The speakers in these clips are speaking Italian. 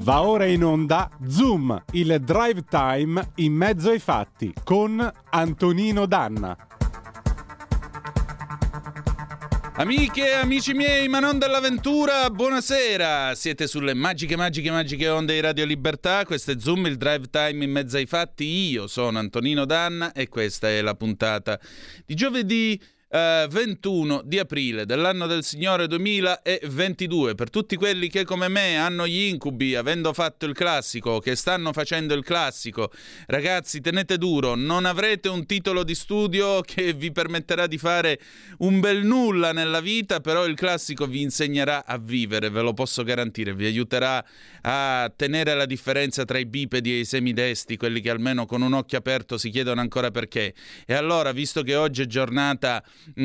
Va ora in onda Zoom, il drive time in mezzo ai fatti con Antonino Danna. Amiche e amici miei, ma non dell'avventura, buonasera! Siete sulle magiche onde di Radio Libertà. Questo è Zoom, il drive time in mezzo ai fatti. Io sono Antonino Danna e questa è la puntata di giovedì 21 di aprile dell'anno del Signore 2022. Per tutti quelli che come me hanno gli incubi avendo fatto il classico, che stanno facendo il classico, ragazzi, tenete duro, non avrete un titolo di studio che vi permetterà di fare un bel nulla nella vita, però il classico vi insegnerà a vivere, ve lo posso garantire, vi aiuterà a tenere la differenza tra i bipedi e i semidesti, quelli che almeno con un occhio aperto si chiedono ancora perché. E allora, visto che oggi è giornata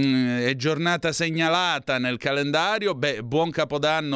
segnalata nel calendario, buon Capodanno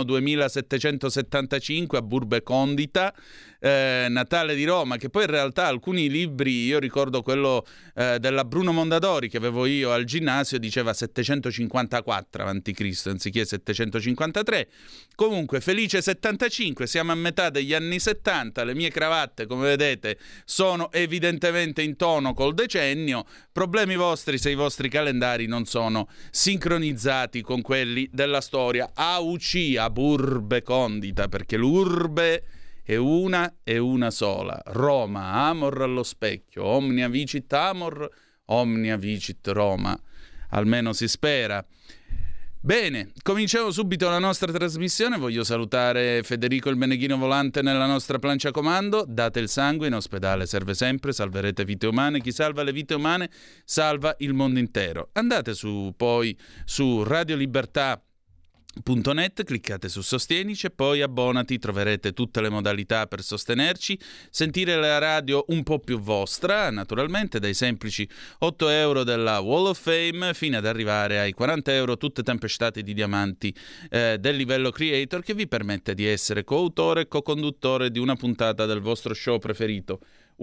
2775 a Burbe Condita, Natale di Roma, che poi in realtà alcuni libri, io ricordo quello della Bruno Mondadori che avevo io al ginnasio, diceva 754 avanti Cristo anziché 753. Comunque felice 75, siamo a metà degli anni 70, le mie cravatte come vedete sono evidentemente in tono col decennio. Problemi vostri se i vostri calendari non sono sincronizzati con quelli della storia. AUC, a Burbe Condita, perché l'urbe è una sola. Roma, amor allo specchio, omnia vicit amor, omnia vicit Roma. Almeno si spera. Bene, cominciamo subito la nostra trasmissione. Voglio salutare Federico il Meneghino Volante nella nostra plancia comando. Date il sangue, in ospedale serve sempre, salverete vite umane. Chi salva le vite umane salva il mondo intero. Andate poi su Radio Libertà .net, cliccate su Sostienici e poi abbonati, troverete tutte le modalità per sostenerci, sentire la radio un po' più vostra, naturalmente, dai semplici 8 euro della Wall of Fame fino ad arrivare ai 40 euro, tutte tempestate di diamanti del livello creator, che vi permette di essere coautore e co-conduttore di una puntata del vostro show preferito.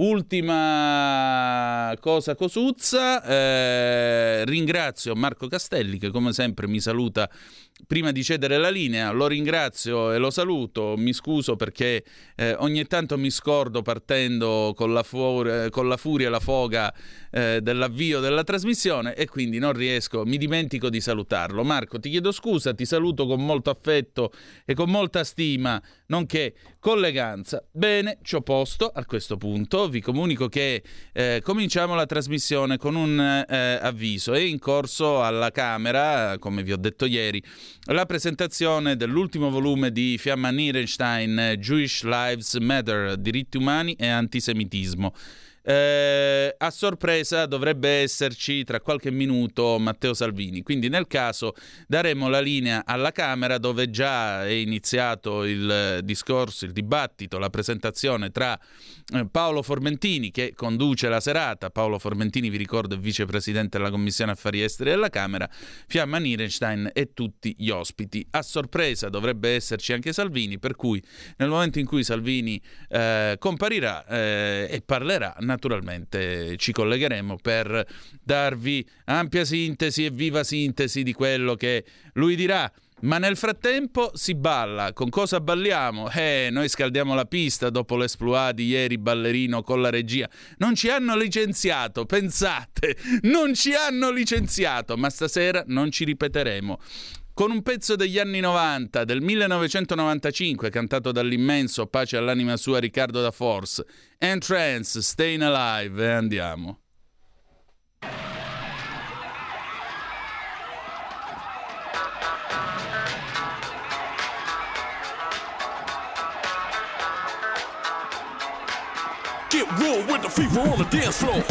Ultima cosa cosuzza, ringrazio Marco Castelli che come sempre mi saluta prima di cedere la linea. Lo ringrazio e lo saluto, mi scuso perché ogni tanto mi scordo partendo con la furia e la foga dell'avvio della trasmissione e quindi non riesco, mi dimentico di salutarlo. Marco, ti chiedo scusa, ti saluto con molto affetto e con molta stima, nonché colleganza. Bene, ci ho posto a questo punto. Vi comunico che cominciamo la trasmissione con un avviso. È in corso alla Camera, come vi ho detto ieri, la presentazione dell'ultimo volume di Fiamma Nierenstein, Jewish Lives Matter, diritti umani e antisemitismo. A sorpresa dovrebbe esserci tra qualche minuto Matteo Salvini, quindi nel caso daremo la linea alla Camera, dove già è iniziato il discorso, il dibattito, la presentazione tra Paolo Formentini, che conduce la serata. Paolo Formentini, vi ricordo, è vicepresidente della Commissione Affari Esteri della Camera, Fiamma Nierenstein e tutti gli ospiti. A sorpresa dovrebbe esserci anche Salvini, per cui nel momento in cui Salvini comparirà e parlerà, naturalmente ci collegheremo per darvi ampia sintesi e viva sintesi di quello che lui dirà. Ma nel frattempo si balla. Con cosa balliamo? Noi scaldiamo la pista dopo l'esploit di ieri ballerino con la regia. Non ci hanno licenziato, pensate, non ci hanno licenziato, ma stasera non ci ripeteremo. Con un pezzo degli anni 90, del 1995, cantato dall'immenso, pace all'anima sua, Riccardo da Force, Entrance, Staying Alive, e andiamo. Get real with the fever on the dance floor.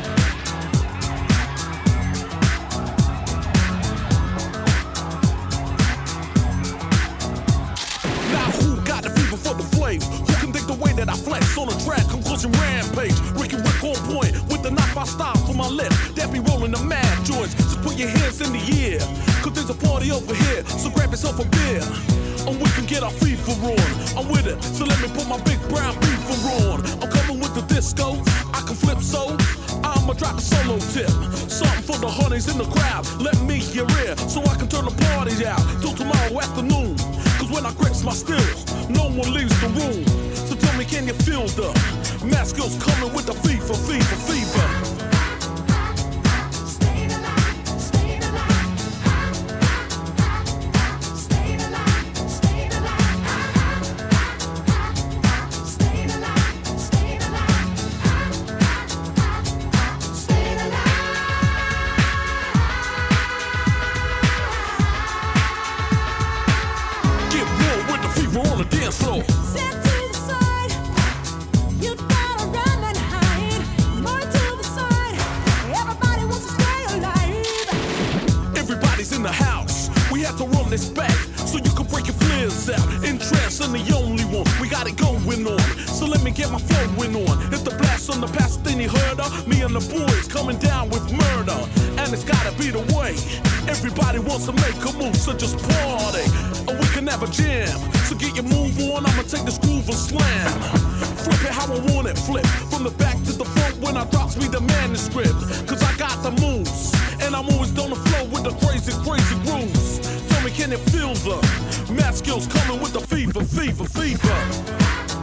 For the flame, who can think the way that I flex on a track, conclusion rampage, Ricky Rick on point with the knife I style for my lip, that be rolling the mad joints, just put your hands in the air, cause there's a party over here, so grab yourself a beer, and we can get our FIFA on, I'm with it, so let me put my big brown beaver on, I'm coming with the disco, I can flip so, I'ma drop a solo tip, something for the honeys in the crowd, let me hear it, so I can turn the party out, till tomorrow afternoon, cause when I grips my steel. No one leaves the room. So tell me, can you feel the math skills coming with the fever, fever, fever? This back so you can break your flares out. Interest in the only one. We got it going on. So let me get my flowing on. It's the blast on the past thing you heard of. Me and the boys coming down with murder. And it's gotta be the way. Everybody wants to make a move, so just party. Or we can have a jam. So get your move on, I'ma take this groove and slam. Flip it how I want it, flip. From the back to the front when I drops me the manuscript. Cause I got the moves. And I'm always on the flow with the crazy, crazy grooves. Tell me, can you feel the math skills coming with the fever, fever, fever?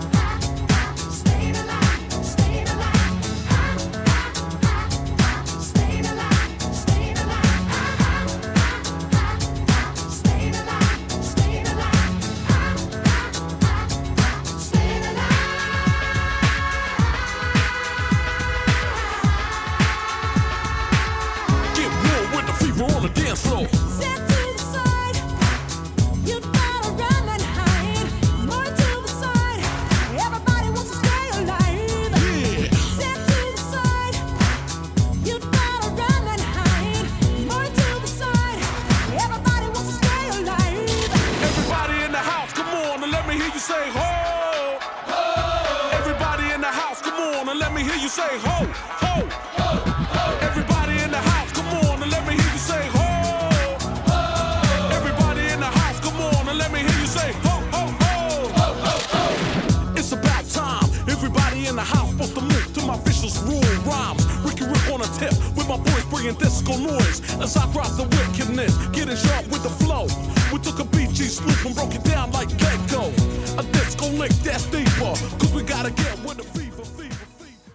Disco noise as I drop the wickedness, getting sharp with the flow. We took a BG swoop and broke it down like Gecko. A disco lick that's deeper, cause we gotta get with the fever, fever,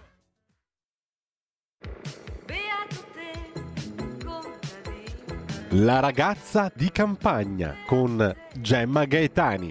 fever. La ragazza di campagna con Gemma Gaetani.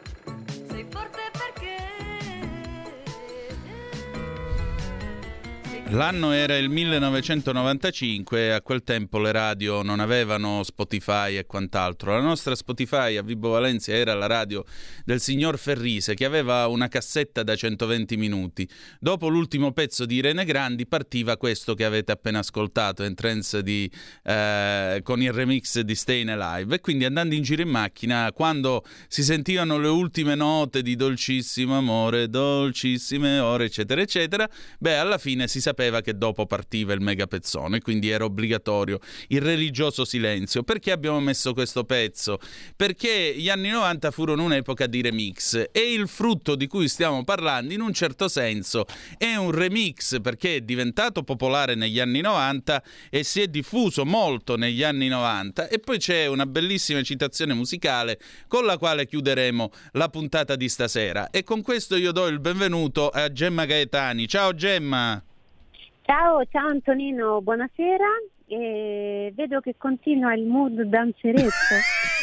L'anno era il 1995 e a quel tempo le radio non avevano Spotify e quant'altro. La nostra Spotify a Vibo Valencia era la radio del signor Ferrise, che aveva una cassetta da 120 minuti. Dopo l'ultimo pezzo di Irene Grandi partiva questo che avete appena ascoltato, Entrance con il remix di Stayin' Alive. E quindi andando in giro in macchina, quando si sentivano le ultime note di Dolcissimo amore, dolcissime ore, eccetera eccetera, beh, alla fine si sapeva che dopo partiva il mega pezzone, quindi era obbligatorio il religioso silenzio. Perché abbiamo messo questo pezzo? Perché gli anni 90 furono un'epoca di remix e il frutto di cui stiamo parlando in un certo senso è un remix, perché è diventato popolare negli anni 90 e si è diffuso molto negli anni 90. E poi c'è una bellissima citazione musicale con la quale chiuderemo la puntata di stasera, e con questo io do il benvenuto a Gemma Gaetani. Ciao Gemma! Ciao Antonino, buonasera. Vedo che continua il mood danzereccio.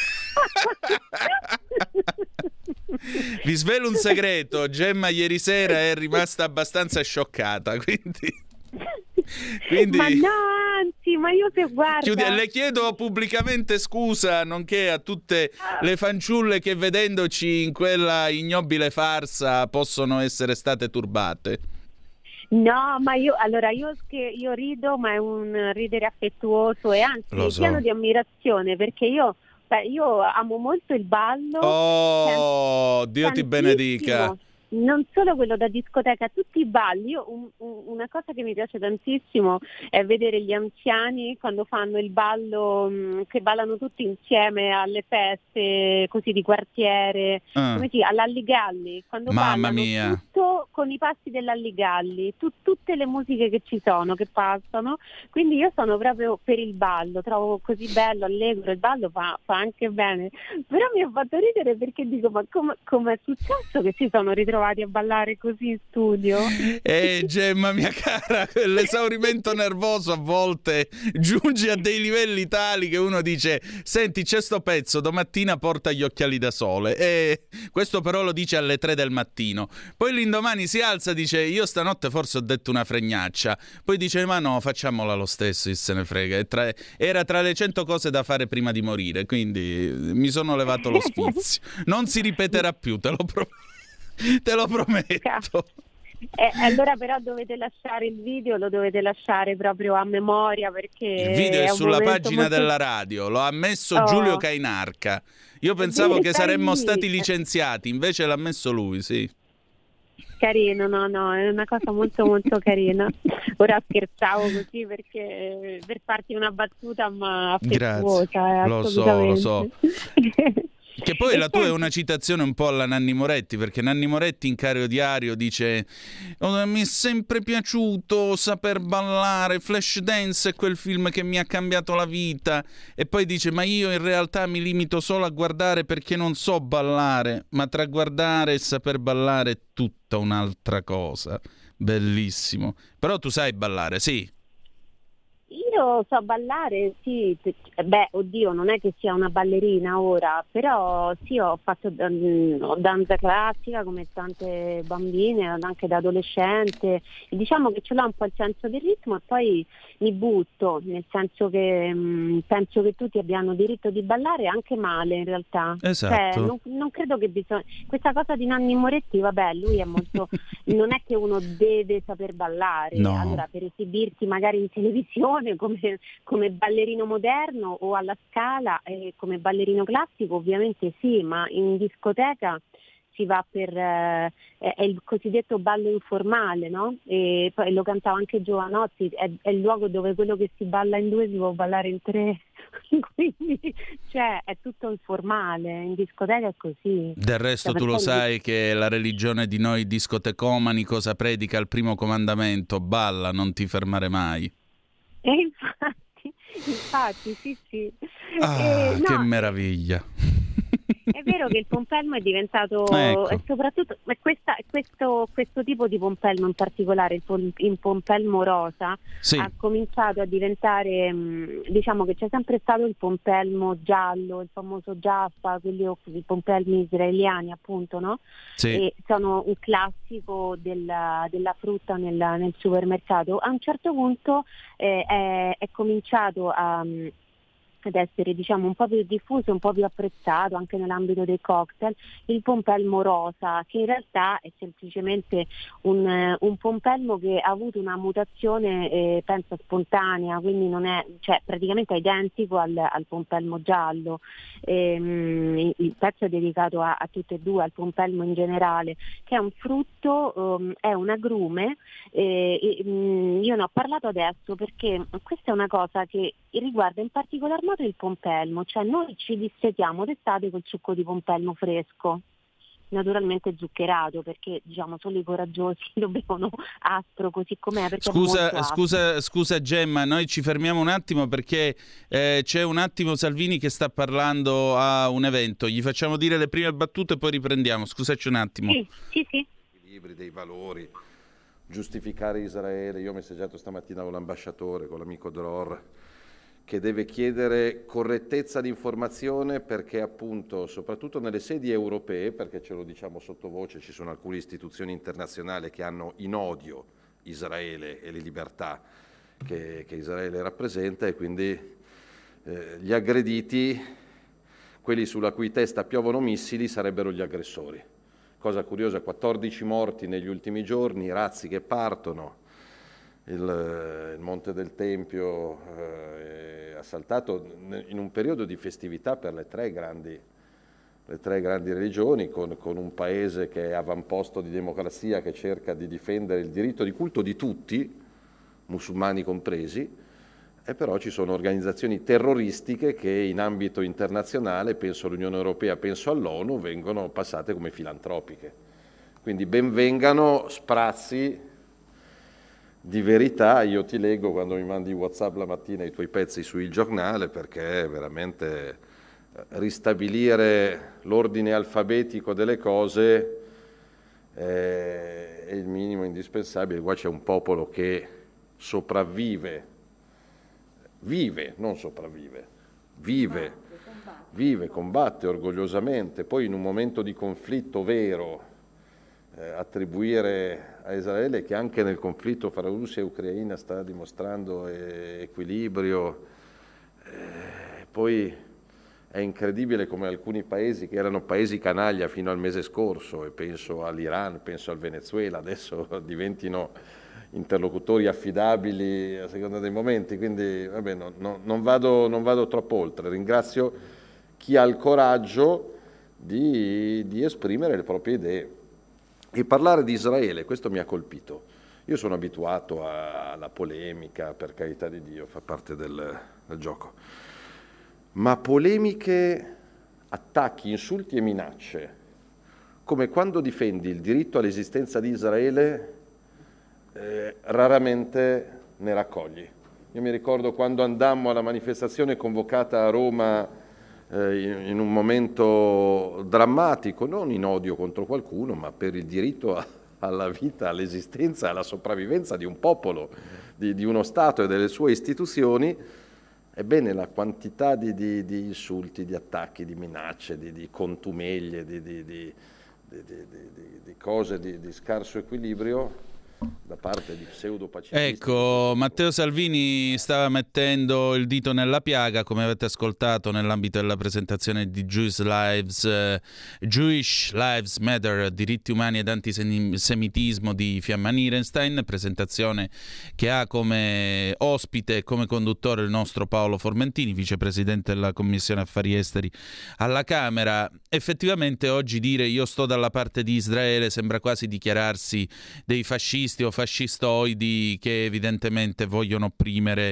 Vi svelo un segreto: Gemma ieri sera è rimasta abbastanza scioccata, quindi... Ma no, anzi, ma io se guarda... Le chiedo pubblicamente scusa, nonché a tutte le fanciulle che vedendoci in quella ignobile farsa possono essere state turbate. No, ma io rido, ma è un ridere affettuoso e anzi pieno di ammirazione, perché io amo molto il ballo. Oh, Dio ti benedica. non solo quello da discoteca, tutti i balli. Io una cosa che mi piace tantissimo è vedere gli anziani quando fanno il ballo, che ballano tutti insieme alle feste così di quartiere, come si, all'Alligalli, quando Mamma ballano mia. tutto con i passi dell'Alligalli, tutte le musiche che ci sono, che passano, quindi io sono proprio per il ballo, trovo così bello, allegro, il ballo fa anche bene, però mi ha fatto ridere perché dico, ma come è successo che si sono ritrovati a ballare così in studio? Gemma mia cara, l'esaurimento nervoso a volte giunge a dei livelli tali che uno dice: senti, c'è sto pezzo, domattina porta gli occhiali da sole, e questo però lo dice alle 3 del mattino, poi l'indomani si alza e dice: io stanotte forse ho detto una fregnaccia, poi dice: ma no, facciamola lo stesso, se ne frega, era tra le 100 cose da fare prima di morire, quindi mi sono levato lo sfizio, non si ripeterà più, te lo prometto. Allora però dovete lasciare il video, lo dovete lasciare proprio a memoria, perché il video è un sulla momento pagina molto... della radio, lo ha messo Giulio Cainarca. Io pensavo che saremmo stati licenziati, invece l'ha messo lui, sì. Carino, no, è una cosa molto molto carina. Ora scherzavo così perché per farti una battuta, ma affettuosa, lo so. Che poi E la tua è senti, una citazione un po' alla Nanni Moretti, perché Nanni Moretti in Caro Diario dice: "Oh, mi è sempre piaciuto saper ballare, Flashdance è quel film che mi ha cambiato la vita", e poi dice: "ma io in realtà mi limito solo a guardare perché non so ballare, ma tra guardare e saper ballare è tutta un'altra cosa". Bellissimo. Però tu sai ballare, sì? io so ballare, sì, oddio, non è che sia una ballerina ora, però sì, ho fatto ho danza classica come tante bambine, anche da adolescente, e diciamo che ce l'ho un po' il senso del ritmo e poi mi butto, nel senso che penso che tutti abbiano diritto di ballare anche male in realtà. Cioè, Esatto. non credo che bisogna... Questa cosa di Nanni Moretti, vabbè, lui è molto... non è che uno deve saper ballare, No. allora per esibirti magari in televisione come ballerino moderno o alla Scala, come ballerino classico ovviamente sì, ma in discoteca si va è il cosiddetto ballo informale, no? E poi lo cantava anche Giovanotti, è il luogo dove quello che si balla in due si può ballare in tre, quindi cioè è tutto informale, in discoteca è così. Del resto Cioè, tu lo perché sai che la religione di noi discotecomani cosa predica al primo comandamento? Balla, non ti fermare mai. E infatti, sì. Che No, meraviglia. è vero che il pompelmo è diventato, Ecco. e soprattutto questo tipo di pompelmo in particolare, il pompelmo rosa, Sì. ha cominciato a diventare, diciamo che c'è sempre stato il pompelmo giallo, il famoso Jaffa, i pompelmi israeliani appunto, no? Sì. E sono un classico della frutta nel supermercato. A un certo punto è cominciato ad essere diciamo un po' più diffuso, un po' più apprezzato anche nell'ambito dei cocktail, il pompelmo rosa, che in realtà è semplicemente un pompelmo che ha avuto una mutazione penso spontanea, quindi non è, cioè praticamente è identico al pompelmo giallo. Il pezzo è dedicato a tutte e due, al pompelmo in generale, che è un frutto, è un agrume. Io ne ho parlato adesso perché questa è una cosa che riguarda in particolar modo il pompelmo, cioè noi ci dissetiamo d'estate col succo di pompelmo fresco, naturalmente zuccherato, perché diciamo solo i coraggiosi lo bevono aspro così com'è, perché è molto aspro. Scusa Gemma, noi ci fermiamo un attimo perché c'è un attimo Salvini che sta parlando a un evento, gli facciamo dire le prime battute e poi riprendiamo, scusaci un attimo. Sì. Equilibri dei valori, giustificare Israele. Io ho messaggiato stamattina con l'ambasciatore, con l'amico Dror, che deve chiedere correttezza di informazione perché appunto, soprattutto nelle sedi europee, perché ce lo diciamo sottovoce, ci sono alcune istituzioni internazionali che hanno in odio Israele e le libertà che Israele rappresenta, e quindi gli aggrediti, quelli sulla cui testa piovono missili, sarebbero gli aggressori. Cosa curiosa, 14 morti negli ultimi giorni, razzi che partono, il Monte del Tempio è assaltato in un periodo di festività per le tre grandi le tre grandi religioni, con un paese che è avamposto di democrazia, che cerca di difendere il diritto di culto di tutti, musulmani compresi, e però ci sono organizzazioni terroristiche che in ambito internazionale, penso all'Unione Europea, penso all'ONU, vengono passate come filantropiche. Quindi benvengano sprazzi di verità. Io ti leggo quando mi mandi WhatsApp la mattina i tuoi pezzi su Il Giornale, perché veramente ristabilire l'ordine alfabetico delle cose è il minimo indispensabile. Qua c'è un popolo che sopravvive, vive, non sopravvive, vive, combatte orgogliosamente. Poi in un momento di conflitto vero attribuire a Israele, che anche nel conflitto fra Russia e Ucraina sta dimostrando equilibrio, poi è incredibile come alcuni paesi che erano paesi canaglia fino al mese scorso, e penso all'Iran, penso al Venezuela, adesso diventino interlocutori affidabili a seconda dei momenti. Quindi vabbè, non vado troppo oltre. Ringrazio chi ha il coraggio di esprimere le proprie idee e parlare di Israele. Questo mi ha colpito. Io sono abituato alla polemica, per carità di Dio, fa parte del gioco. Ma polemiche, attacchi, insulti e minacce, come quando difendi il diritto all'esistenza di Israele, raramente ne raccogli. Io mi ricordo quando andammo alla manifestazione convocata a Roma in un momento drammatico, non in odio contro qualcuno, ma per il diritto alla vita, all'esistenza, alla sopravvivenza di un popolo, di uno Stato e delle sue istituzioni. Ebbene, la quantità di insulti, di attacchi, di minacce, di contumeglie, di cose di scarso equilibrio da parte di pseudo-pacifisti. Ecco, Matteo Salvini stava mettendo il dito nella piaga, come avete ascoltato nell'ambito della presentazione di Jewish Lives Matter, diritti umani ed antisemitismo di Fiamma Nirenstein, presentazione che ha come ospite e come conduttore il nostro Paolo Formentini, vicepresidente della Commissione Affari Esteri alla Camera. Effettivamente oggi dire io sto dalla parte di Israele sembra quasi dichiararsi dei fascisti o fascistoidi che evidentemente vogliono opprimere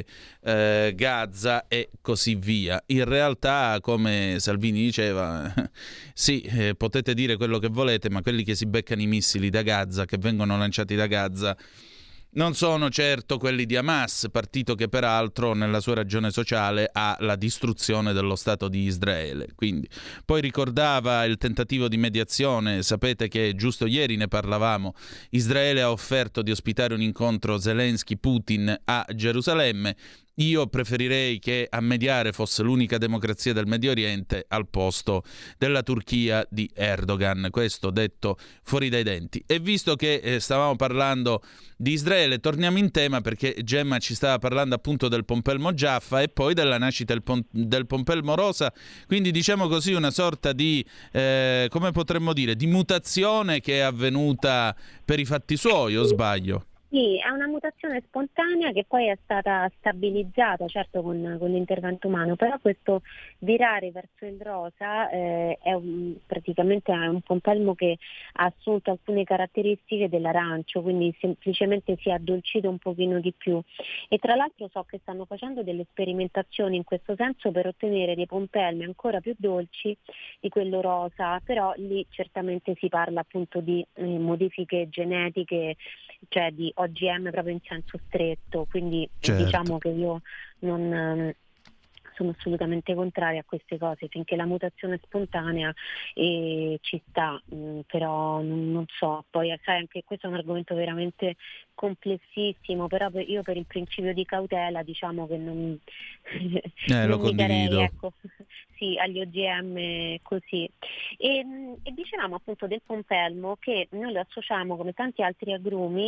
Gaza e così via. In realtà, come Salvini diceva, sì, potete dire quello che volete, ma quelli che si beccano i missili da Gaza, che vengono lanciati da Gaza, non sono certo quelli di Hamas, partito che peraltro nella sua ragione sociale ha la distruzione dello Stato di Israele. Quindi poi ricordava il tentativo di mediazione. Sapete che giusto ieri ne parlavamo, Israele ha offerto di ospitare un incontro Zelensky-Putin a Gerusalemme. Io preferirei che a mediare fosse l'unica democrazia del Medio Oriente al posto della Turchia di Erdogan, questo detto fuori dai denti. E visto che stavamo parlando di Israele, torniamo in tema, perché Gemma ci stava parlando appunto del Pompelmo Giaffa e poi della nascita del Pompelmo Rosa, quindi diciamo così una sorta di, come potremmo dire, di mutazione che è avvenuta per i fatti suoi, o sbaglio? Sì, è una mutazione spontanea che poi è stata stabilizzata, certo con l'intervento umano, però questo virare verso il rosa praticamente è un pompelmo che ha assunto alcune caratteristiche dell'arancio, quindi semplicemente si è addolcito un pochino di più. E tra l'altro so che stanno facendo delle sperimentazioni in questo senso per ottenere dei pompelmi ancora più dolci di quello rosa, però lì certamente si parla appunto di modifiche genetiche, cioè di OGM proprio in senso stretto, quindi certo. Diciamo che io non sono assolutamente contraria a queste cose, finché la mutazione è spontanea ci sta, però non so, poi sai, anche questo è un argomento veramente complessissimo, però io per il principio di cautela diciamo che non lo condivido. darei, ecco, sì, agli OGM così. E dicevamo appunto del pompelmo che noi lo associamo, come tanti altri agrumi,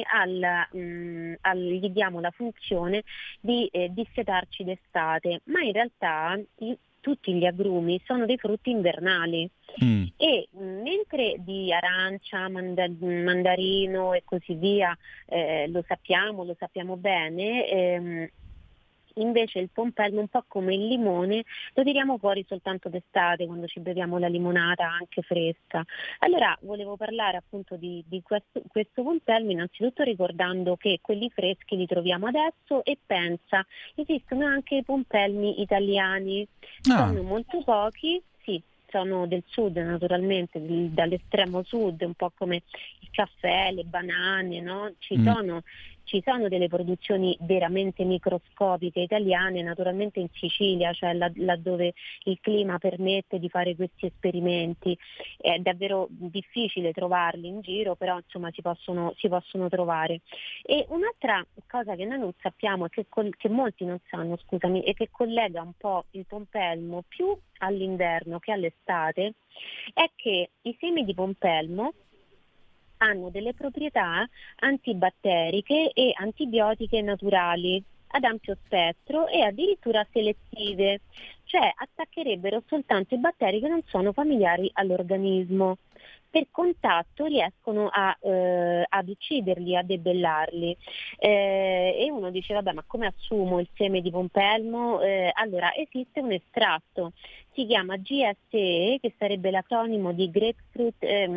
gli diamo la funzione di dissetarci d'estate, ma in realtà tutti gli agrumi sono dei frutti invernali e mentre di arancia, mandarino e così via lo sappiamo bene, Invece il pompelmo, un po' come il limone, lo tiriamo fuori soltanto d'estate, quando ci beviamo la limonata anche fresca. Allora volevo parlare appunto di questo pompelmo, innanzitutto ricordando che quelli freschi li troviamo adesso, e pensa, esistono anche i pompelmi italiani, sono molto pochi, sì, sono del sud naturalmente, dall'estremo sud, un po' come il caffè, le banane, no? Ci sono delle produzioni veramente microscopiche italiane, naturalmente in Sicilia, cioè laddove il clima permette di fare questi esperimenti. È davvero difficile trovarli in giro, però insomma si possono trovare. E un'altra cosa che noi non sappiamo e che molti non sanno, scusami, e che collega un po' il pompelmo più all'inverno che all'estate, è che i semi di pompelmo hanno delle proprietà antibatteriche e antibiotiche naturali ad ampio spettro e addirittura selettive, cioè attaccherebbero soltanto i batteri che non sono familiari all'organismo. Per contatto riescono ad ucciderli, a debellarli. E uno dice, vabbè, ma come assumo il seme di pompelmo? Allora, esiste un estratto, si chiama GSE, che sarebbe l'acronimo di Grapefruit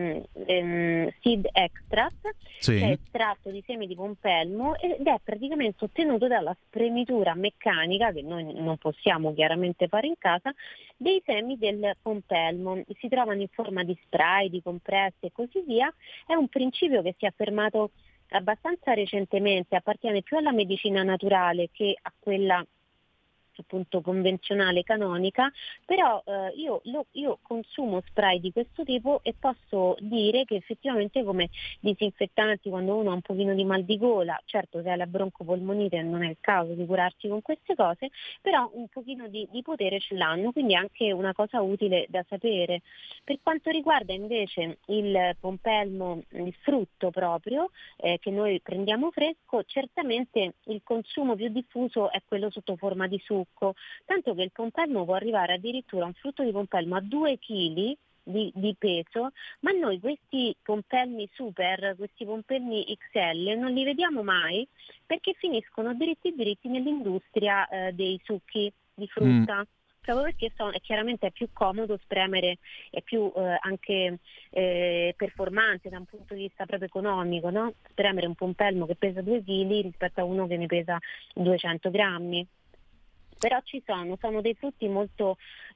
Seed Extract, Sì. che è estratto di semi di pompelmo, ed è praticamente ottenuto dalla spremitura meccanica, che noi non possiamo chiaramente fare in casa, dei semi del pompelmo. Si trovano in forma di spray, di compressi e così via. È un principio che si è affermato abbastanza recentemente, appartiene più alla medicina naturale che a quella appunto convenzionale, canonica, però io consumo spray di questo tipo e posso dire che effettivamente come disinfettanti, quando uno ha un pochino di mal di gola, certo se ha la broncopolmonite non è il caso di curarsi con queste cose, però un pochino di potere ce l'hanno, quindi è anche una cosa utile da sapere. Per quanto riguarda invece il pompelmo, il frutto proprio, che noi prendiamo fresco, certamente il consumo più diffuso è quello sotto forma di succo, tanto che il pompelmo può arrivare addirittura, un frutto di pompelmo, a 2 kg di peso, ma noi questi pompelmi super, questi pompelmi XL non li vediamo mai, perché finiscono diritti nell'industria dei succhi di frutta. Proprio perché chiaramente è più comodo spremere, è più anche performante da un punto di vista proprio economico, no? Spremere un pompelmo che pesa 2 kg rispetto a uno che ne pesa 200 grammi. Però sono dei frutti molto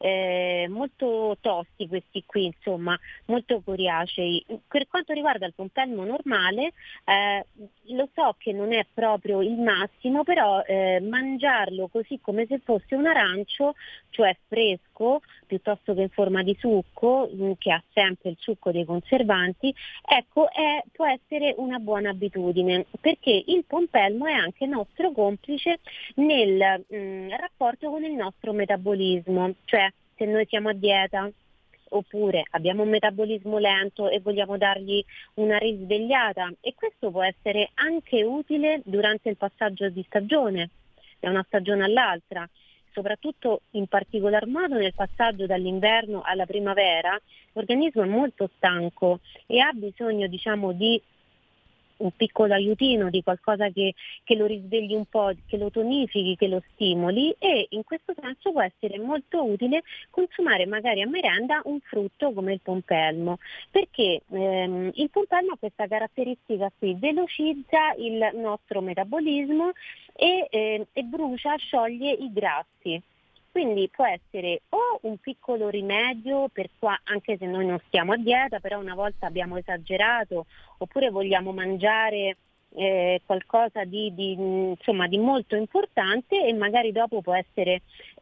tosti questi qui, insomma, molto coriacei. Per quanto riguarda il pompelmo normale, lo so che non è proprio il massimo, però mangiarlo così come se fosse un arancio, cioè fresco, piuttosto che in forma di succo, che ha sempre il succo dei conservanti, ecco, può essere una buona abitudine, perché il pompelmo è anche nostro complice nel rapporto con il nostro metabolismo, cioè se noi siamo a dieta oppure abbiamo un metabolismo lento e vogliamo dargli una risvegliata, e questo può essere anche utile durante il passaggio di stagione, da una stagione all'altra, soprattutto in particolar modo nel passaggio dall'inverno alla primavera. L'organismo è molto stanco e ha bisogno, diciamo, di un piccolo aiutino, di qualcosa che lo risvegli un po', che lo tonifichi, che lo stimoli, e in questo senso può essere molto utile consumare magari a merenda un frutto come il pompelmo, perché il pompelmo ha questa caratteristica qui: velocizza il nostro metabolismo e brucia, scioglie i grassi. Quindi può essere o un piccolo rimedio anche se noi non stiamo a dieta, però una volta abbiamo esagerato, oppure vogliamo mangiare qualcosa di molto importante, e magari dopo può essere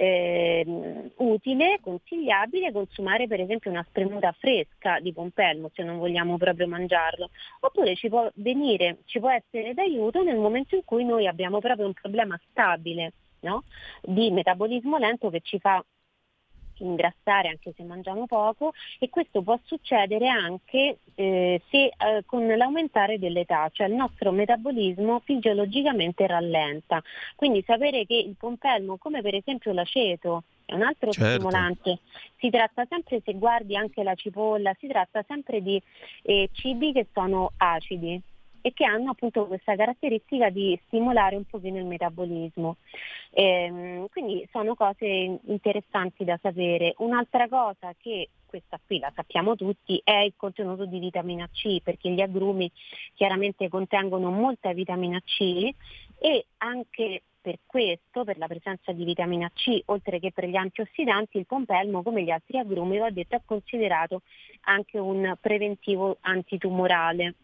utile, consigliabile consumare per esempio una spremuta fresca di pompelmo se non vogliamo proprio mangiarlo, oppure ci può essere d'aiuto nel momento in cui noi abbiamo proprio un problema stabile, no? Di metabolismo lento che ci fa ingrassare anche se mangiamo poco, e questo può succedere anche con l'aumentare dell'età, cioè il nostro metabolismo fisiologicamente rallenta. Quindi sapere che il pompelmo, come per esempio l'aceto, è un altro stimolante. Si tratta sempre, se guardi anche la cipolla, si tratta sempre di cibi che sono acidi. e che hanno appunto questa caratteristica di stimolare un pochino il metabolismo. Quindi sono cose interessanti da sapere. Un'altra cosa che questa qui la sappiamo tutti, è il contenuto di vitamina C, perché gli agrumi chiaramente contengono molta vitamina C e anche per questo, per la presenza di vitamina C, oltre che per gli antiossidanti, il pompelmo, come gli altri agrumi, va detto, è considerato anche un preventivo antitumorale.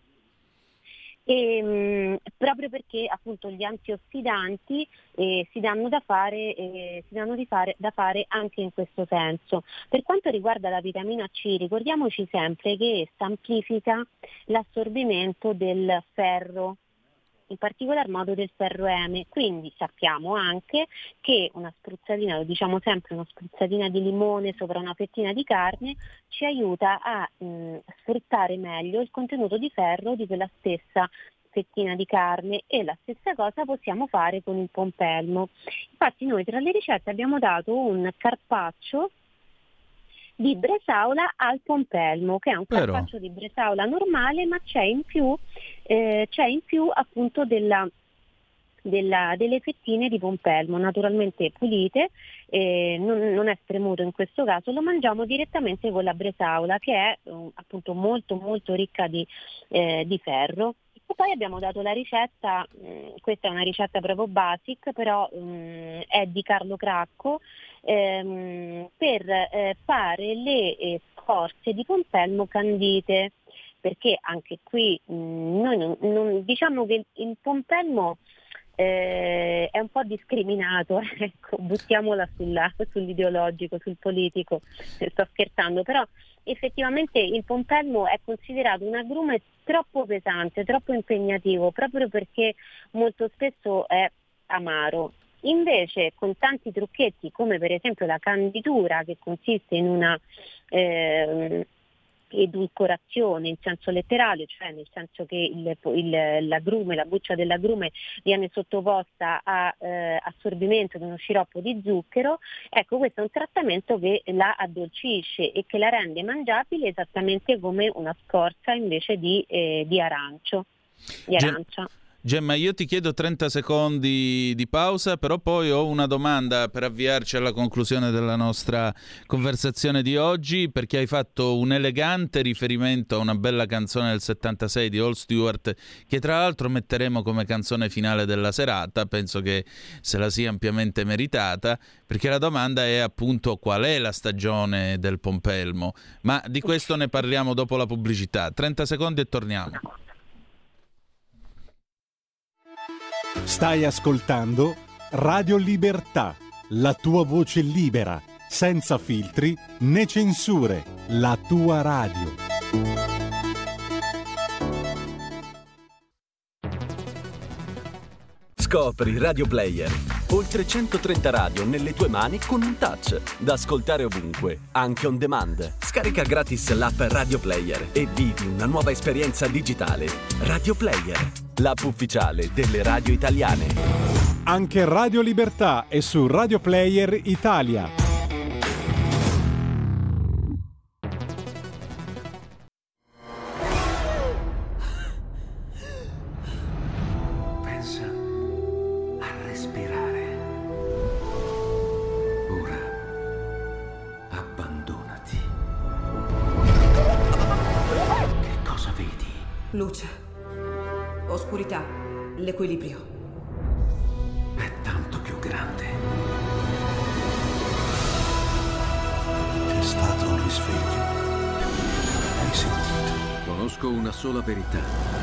Proprio perché appunto gli antiossidanti si danno da fare anche in questo senso. Per quanto riguarda la vitamina C, ricordiamoci sempre che essa amplifica l'assorbimento del ferro, in particolar modo del ferro M, quindi sappiamo anche che una spruzzatina, lo diciamo sempre, una spruzzatina di limone sopra una fettina di carne ci aiuta a sfruttare meglio il contenuto di ferro di quella stessa fettina di carne, e la stessa cosa possiamo fare con il pompelmo. Infatti noi tra le ricette abbiamo dato un carpaccio di bresaola al pompelmo, che è un carpaccio di bresaola normale, ma c'è in più appunto delle fettine di pompelmo naturalmente pulite, non è spremuto in questo caso, lo mangiamo direttamente con la bresaola, che è appunto molto molto ricca di ferro. E poi abbiamo dato la ricetta, questa è una ricetta proprio basic, però è di Carlo Cracco, per fare le scorze di pompelmo candite, perché anche qui noi non diciamo che il pompelmo è un po' discriminato, ecco, buttiamola sull'ideologico, sul politico, sto scherzando, però effettivamente il pompelmo è considerato un agrume troppo pesante, troppo impegnativo, proprio perché molto spesso è amaro. Invece con tanti trucchetti, come per esempio la canditura, che consiste in una edulcorazione in senso letterale, cioè nel senso che l'agrume, la buccia dell'agrume viene sottoposta a assorbimento di uno sciroppo di zucchero, ecco, questo è un trattamento che la addolcisce e che la rende mangiabile esattamente come una scorza invece di arancia. Gemma, io ti chiedo 30 secondi di pausa, però poi ho una domanda per avviarci alla conclusione della nostra conversazione di oggi, perché hai fatto un elegante riferimento a una bella canzone del 76 di All Stewart, che tra l'altro metteremo come canzone finale della serata. Penso che se la sia ampiamente meritata, perché la domanda è appunto qual è la stagione del pompelmo, ma di questo ne parliamo dopo la pubblicità. 30 secondi e torniamo. Stai ascoltando Radio Libertà, la tua voce libera, senza filtri né censure, la tua radio. Scopri Radio Player. Oltre 130 radio nelle tue mani con un touch. Da ascoltare ovunque, anche on demand. Scarica gratis l'app Radio Player e vivi una nuova esperienza digitale. Radio Player, l'app ufficiale delle radio italiane. Anche Radio Libertà è su Radio Player Italia. Luce, oscurità, l'equilibrio. È tanto più grande. C'è stato un risveglio. Hai sentito? Conosco una sola verità.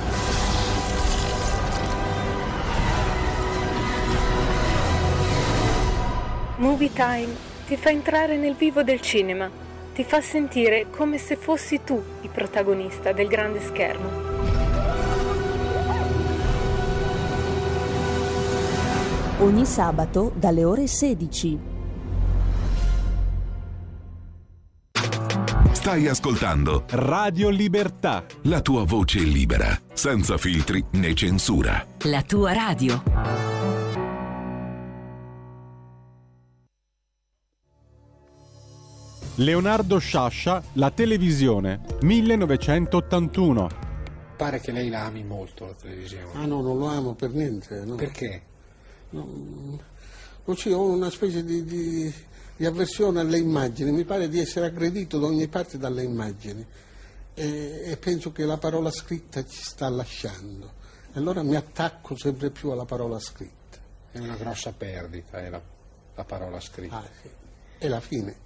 Movie Time ti fa entrare nel vivo del cinema, ti fa sentire come se fossi tu il protagonista del grande schermo. Ogni sabato dalle ore 16. Stai ascoltando Radio Libertà, la tua voce libera, senza filtri né censura. La tua radio. Leonardo Sciascia, La televisione, 1981. Pare che lei la ami molto la televisione. Ah no, non lo amo per niente. No. Perché? No, così ho una specie di avversione alle immagini, mi pare di essere aggredito da ogni parte dalle immagini e penso che la parola scritta ci sta lasciando. E allora mi attacco sempre più alla parola scritta. È una grossa perdita, è la parola scritta. Ah, sì. È la fine.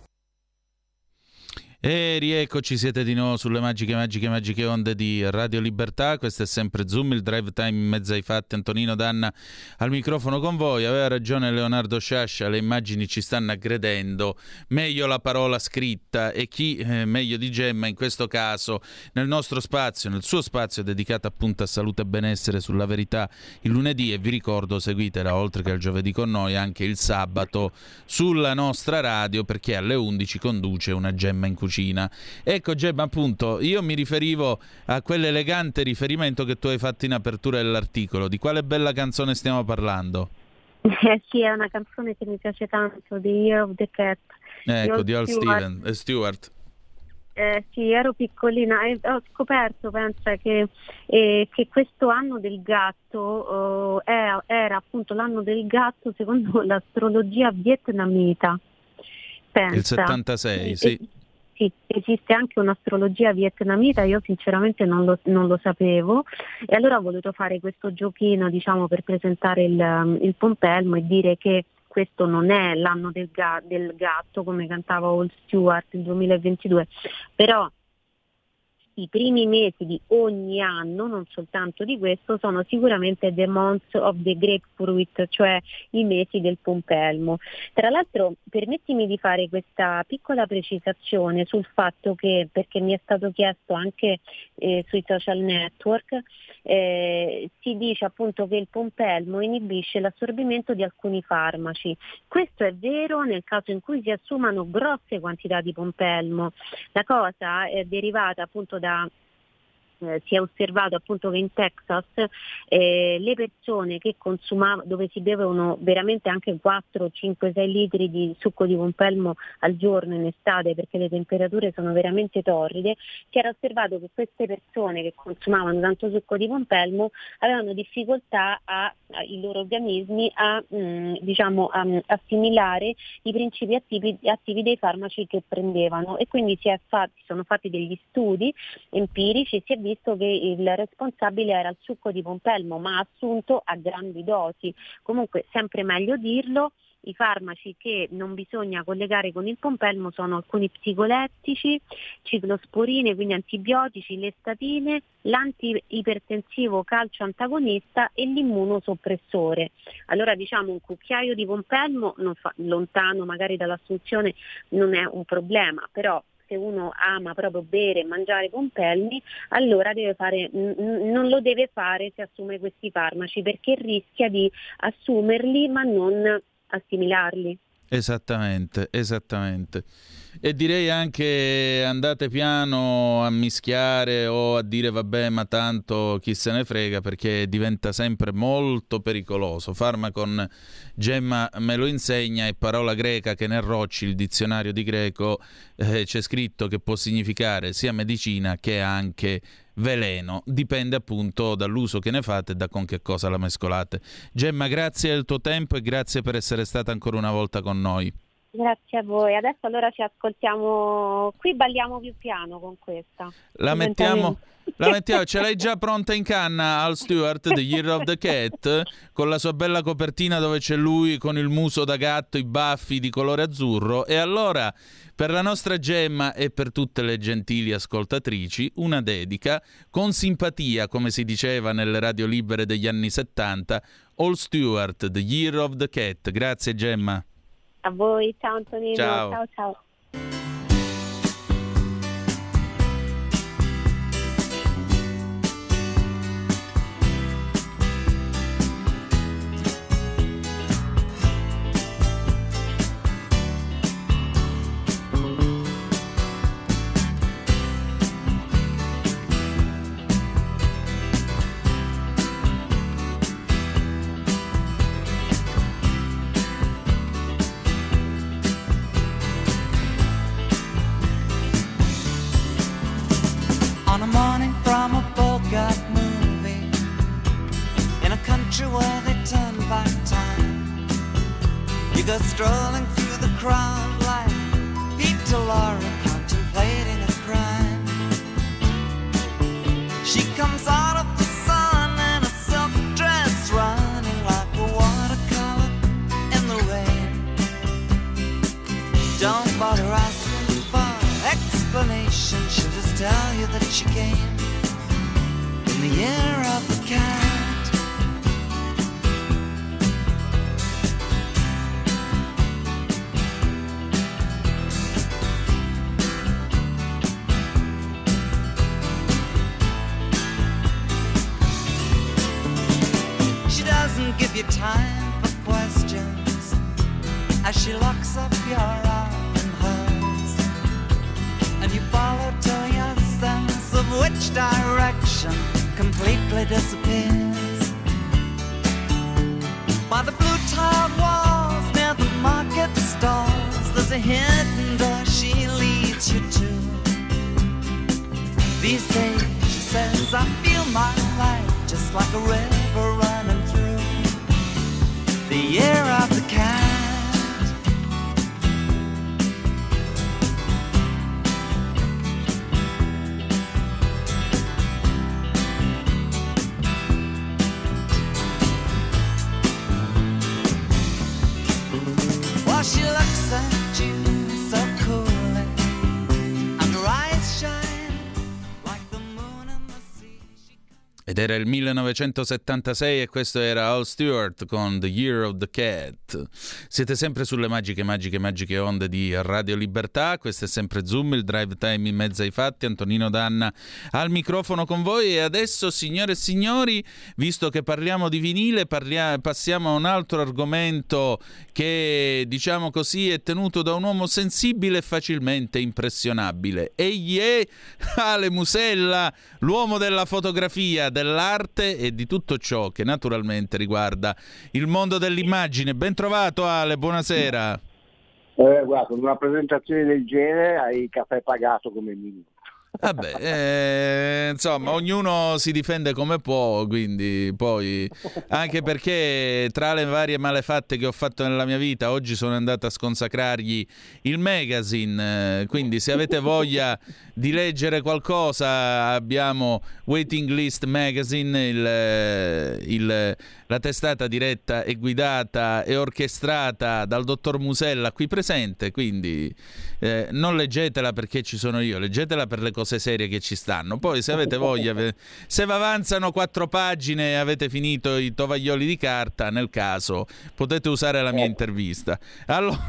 E rieccoci, siete di nuovo sulle magiche onde di Radio Libertà. Questo è sempre Zoom, il drive time in mezzo ai fatti. Antonino Danna al microfono con voi. Aveva ragione Leonardo Sciascia, le immagini ci stanno aggredendo, meglio la parola scritta, e chi meglio di Gemma in questo caso nel nostro spazio, nel suo spazio dedicato appunto a salute e benessere sulla Verità il lunedì. E vi ricordo, seguitela oltre che il giovedì con noi anche il sabato sulla nostra radio, perché alle 11 conduce una Gemma in cucina. Ecco Gemma, appunto, io mi riferivo a quell'elegante riferimento che tu hai fatto in apertura dell'articolo. Di quale bella canzone stiamo parlando? Sì, è una canzone che mi piace tanto, The Year of the Cat. Ecco, di Al Stewart. Sì, ero piccolina e ho scoperto, pensa, che questo anno del gatto era appunto l'anno del gatto secondo l'astrologia vietnamita. Pensa. Il 76, sì. Sì, esiste anche un'astrologia vietnamita, io sinceramente non lo sapevo, e allora ho voluto fare questo giochino, diciamo, per presentare il pompelmo e dire che questo non è l'anno del gatto come cantava Al Stewart il 2022, però i primi mesi di ogni anno, non soltanto di questo, sono sicuramente the months of the grapefruit, cioè i mesi del pompelmo. Tra l'altro, permettimi di fare questa piccola precisazione sul fatto che, perché mi è stato chiesto anche sui social network, si dice appunto che il pompelmo inibisce l'assorbimento di alcuni farmaci. Questo è vero nel caso in cui si assumano grosse quantità di pompelmo. La cosa è derivata appunto si è osservato appunto che in Texas le persone che consumavano, dove si bevevano veramente anche 4, 5, 6 litri di succo di pompelmo al giorno in estate, perché le temperature sono veramente torride, si era osservato che queste persone che consumavano tanto succo di pompelmo avevano difficoltà i loro organismi a assimilare i principi attivi dei farmaci che prendevano, e quindi sono fatti degli studi empirici e si è visto che il responsabile era il succo di pompelmo, ma assunto a grandi dosi. Comunque, sempre meglio dirlo, i farmaci che non bisogna collegare con il pompelmo sono alcuni psicolettici, ciclosporine, quindi antibiotici, le statine, l'antiipertensivo calcio antagonista e l'immunosoppressore. Allora, diciamo, un cucchiaio di pompelmo lontano magari dall'assunzione non è un problema, però se uno ama proprio bere e mangiare pompelmi, allora non lo deve fare se assume questi farmaci, perché rischia di assumerli ma non assimilarli. Esattamente. E direi anche andate piano a mischiare o a dire vabbè, ma tanto chi se ne frega, perché diventa sempre molto pericoloso. Farmacon, Gemma me lo insegna, è parola greca che nel Rocci, il dizionario di greco, c'è scritto che può significare sia medicina che anche veleno, dipende appunto dall'uso che ne fate e da con che cosa la mescolate. Gemma, grazie del tuo tempo e grazie per essere stata ancora una volta con noi. Grazie a voi. Adesso allora ci ascoltiamo, qui balliamo più piano con questa. La mettiamo, ce l'hai già pronta in canna Al Stewart, The Year of the Cat, con la sua bella copertina dove c'è lui con il muso da gatto, i baffi di colore azzurro. E allora, per la nostra Gemma e per tutte le gentili ascoltatrici, una dedica con simpatia, come si diceva nelle radio libere degli anni 70, Al Stewart, The Year of the Cat. Grazie Gemma. A voi, ciao Antonino. Ciao. find time. You go strolling through the crowd like Pete Laura contemplating a crime. She comes out of the sun in a silk dress, running like a watercolor in the rain. Don't bother asking for explanation, she'll just tell you that she came in the year of the cat. She doesn't give you time for questions as she locks up your arm in hers, and you follow till your sense of which direction completely disappears. By the blue tiled walls near the market stalls, there's a hidden door she leads you to. These days, she says, I feel my life just like a river running through the year of the cat. She looks at you so coolly, and her eyes shine like the moon in the sea. Ed era il 1976 e questo era Al Stewart con The Year of the Cat. Siete sempre sulle magiche onde di Radio Libertà. Questo è sempre Zoom, il drive time in mezzo ai fatti. Antonino Danna al microfono con voi. E adesso, signore e signori, visto che parliamo di vinile, passiamo a un altro argomento che, diciamo così, è tenuto da un uomo sensibile e facilmente impressionabile. Egli è Ale Musella, l'uomo della fotografia, dell'arte e di tutto ciò che naturalmente riguarda il mondo dell'immagine. Ben trovato Ale, buonasera. Guarda, con una presentazione del genere hai caffè pagato come minimo. Vabbè, insomma, ognuno si difende come può, quindi poi, anche perché tra le varie malefatte che ho fatto nella mia vita, oggi sono andato a sconsacrargli il magazine, quindi se avete voglia di leggere qualcosa abbiamo Waiting List Magazine, la testata diretta e guidata e orchestrata dal dottor Musella qui presente, quindi non leggetela perché ci sono io, leggetela per le cose serie che ci stanno. Poi se avete voglia, se vi avanzano 4 pagine e avete finito i tovaglioli di carta, nel caso potete usare la mia intervista. Allora,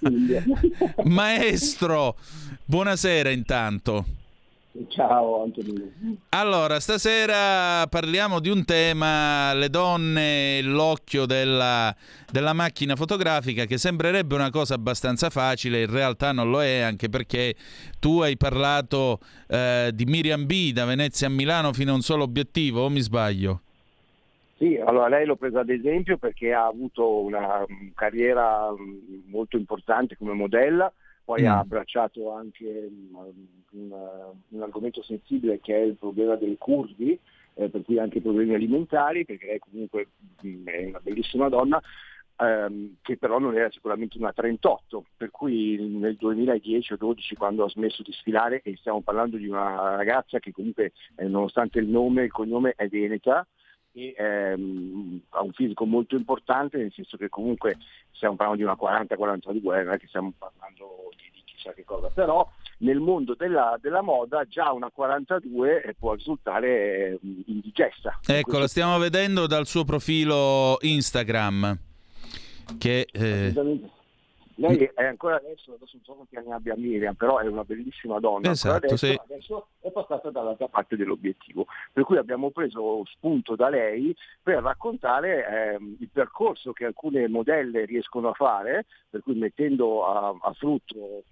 maestro, buonasera intanto. Ciao Antonino. Allora, stasera parliamo di un tema, le donne, l'occhio della macchina fotografica, che sembrerebbe una cosa abbastanza facile, in realtà non lo è, anche perché tu hai parlato di Miriam B, da Venezia a Milano fino a un solo obiettivo, o mi sbaglio? Sì, allora lei l'ho presa ad esempio perché ha avuto una carriera molto importante come modella, poi ha abbracciato anche un argomento sensibile che è il problema delle curvi, per cui anche problemi alimentari, perché lei comunque è una bellissima donna, che però non era sicuramente una 38, per cui nel 2010 o 12, quando ha smesso di sfilare, e stiamo parlando di una ragazza che comunque nonostante il nome, il cognome è veneta, e ha un fisico molto importante, nel senso che comunque stiamo parlando di una 40-42, non è che stiamo parlando di chissà che cosa, però nel mondo della moda già una 42 può risultare indigesta. Ecco, la stiamo vedendo dal suo profilo Instagram, che lei è ancora adesso non so quanti anni abbia Miriam, però è una bellissima donna. Esatto, sì. Adesso è passata dall'altra parte dell'obiettivo, per cui abbiamo preso spunto da lei per raccontare il percorso che alcune modelle riescono a fare, per cui mettendo a frutto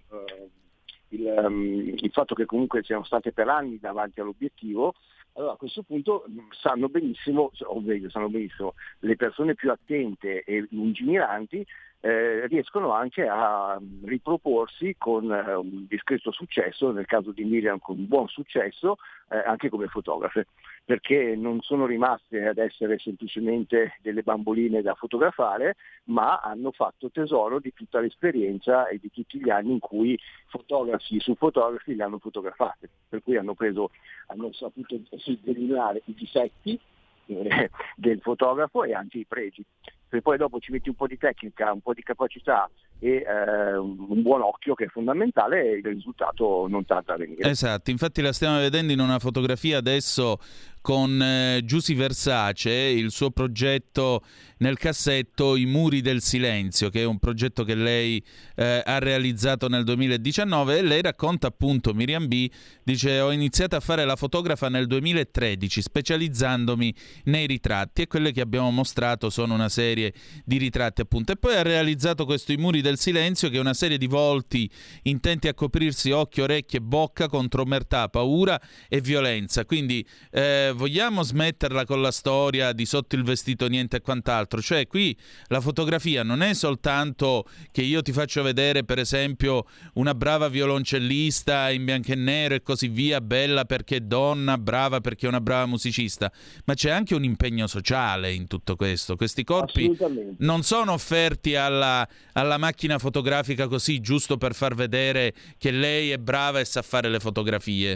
il fatto che comunque siano state per anni davanti all'obiettivo. Allora a questo punto sanno benissimo le persone più attente e lungimiranti riescono anche a riproporsi con un discreto successo, nel caso di Miriam con un buon successo, anche come fotografe, perché non sono rimaste ad essere semplicemente delle bamboline da fotografare, ma hanno fatto tesoro di tutta l'esperienza e di tutti gli anni in cui fotografi su fotografi le hanno fotografate, per cui hanno saputo delineare i difetti del fotografo e anche i pregi. Se poi dopo ci metti un po' di tecnica, un po' di capacità e un buon occhio, che è fondamentale, il risultato non tarda a venire. Esatto, infatti la stiamo vedendo in una fotografia adesso con Giusy Versace, il suo progetto nel cassetto I muri del silenzio, che è un progetto che lei ha realizzato nel 2019, e lei racconta appunto, Miriam B. dice: ho iniziato a fare la fotografa nel 2013 specializzandomi nei ritratti, e quelle che abbiamo mostrato sono una serie di ritratti appunto, e poi ha realizzato questo I muri del silenzio, che è una serie di volti intenti a coprirsi occhio, orecchie e bocca contro omertà, paura e violenza. Quindi vogliamo smetterla con la storia di sotto il vestito niente e quant'altro, cioè qui la fotografia non è soltanto che io ti faccio vedere per esempio una brava violoncellista in bianco e nero e così via, bella perché è donna, brava perché è una brava musicista, ma c'è anche un impegno sociale in tutto questo. Questi corpi non sono offerti alla macchina fotografica così, giusto per far vedere che lei è brava e sa fare le fotografie.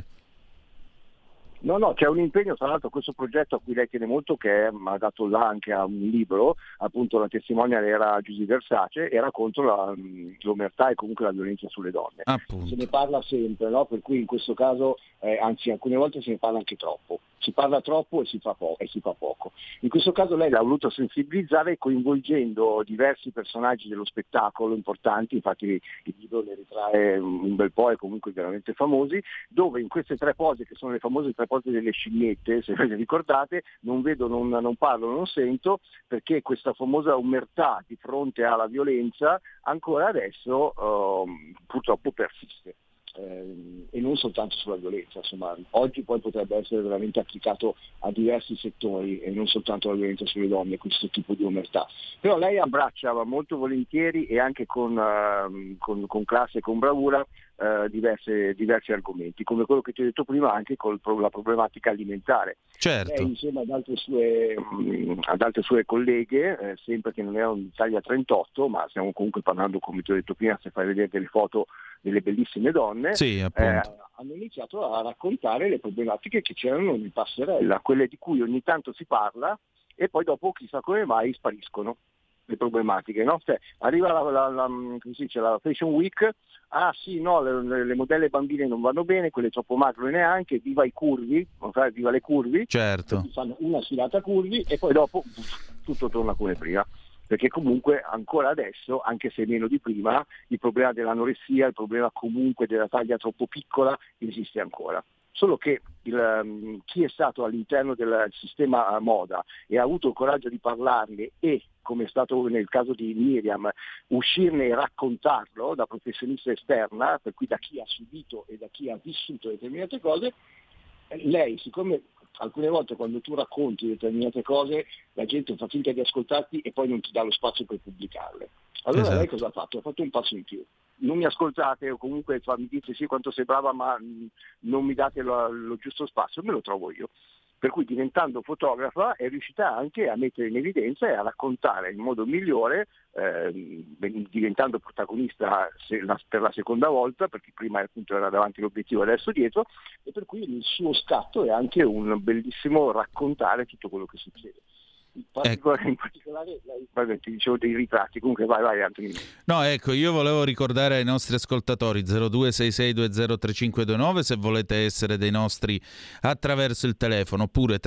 No, c'è un impegno, tra l'altro questo progetto a cui lei tiene molto, che ha dato là anche a un libro, appunto la testimonial era Giusy Versace, era contro l'omertà e comunque la violenza sulle donne. Appunto. Se ne parla sempre, no? Per cui in questo caso, anzi alcune volte se ne parla anche troppo. Si parla troppo e si fa poco. In questo caso lei l'ha voluto sensibilizzare coinvolgendo diversi personaggi dello spettacolo importanti, infatti il libro ne ritrae un bel po' e comunque veramente famosi, dove in queste tre pose, che sono le famose tre pose delle scimmiette, se ve le ricordate, non vedo, non parlo, non sento, perché questa famosa omertà di fronte alla violenza ancora adesso purtroppo persiste. E non soltanto sulla violenza, insomma, oggi poi potrebbe essere veramente applicato a diversi settori e non soltanto alla violenza sulle donne, questo tipo di omertà. Però lei abbraccia molto volentieri e anche con classe e con bravura diversi argomenti, come quello che ti ho detto prima, anche con la problematica alimentare. Certo. Lei insieme ad altre sue colleghe, sempre che non erano in Italia 38, ma stiamo comunque parlando, come ti ho detto prima, se fai vedere delle foto delle bellissime donne, sì, hanno iniziato a raccontare le problematiche che c'erano in passerella, quelle di cui ogni tanto si parla e poi dopo chissà come mai spariscono le problematiche, no? Cioè, arriva la Fashion Week, le modelle bambine non vanno bene, quelle troppo magre neanche, viva i curvi, viva le curvi, certo. Fanno una sfilata curvi e poi dopo tutto torna come prima. Perché comunque ancora adesso, anche se meno di prima, il problema dell'anoressia, il problema comunque della taglia troppo piccola esiste ancora. Solo che chi è stato all'interno del sistema moda e ha avuto il coraggio di parlarne e, come è stato nel caso di Miriam, uscirne e raccontarlo da professionista esterna, per cui da chi ha subito e da chi ha vissuto determinate cose, lei, siccome alcune volte quando tu racconti determinate cose la gente fa finta di ascoltarti e poi non ti dà lo spazio per pubblicarle. Allora esatto. Lei cosa ha fatto? Ha fatto un passo in più. Non mi ascoltate o comunque mi dite sì quanto sei brava ma non mi date lo giusto spazio, me lo trovo io. Per cui diventando fotografa è riuscita anche a mettere in evidenza e a raccontare in modo migliore, diventando protagonista per la seconda volta, perché prima appunto era davanti l'obiettivo, adesso dietro, e per cui il suo scatto è anche un bellissimo raccontare tutto quello che succede. In particolare ti dicevo dei ritratti, comunque vai Antonino. No, ecco, io volevo ricordare ai nostri ascoltatori 0266203529 se volete essere dei nostri attraverso il telefono, oppure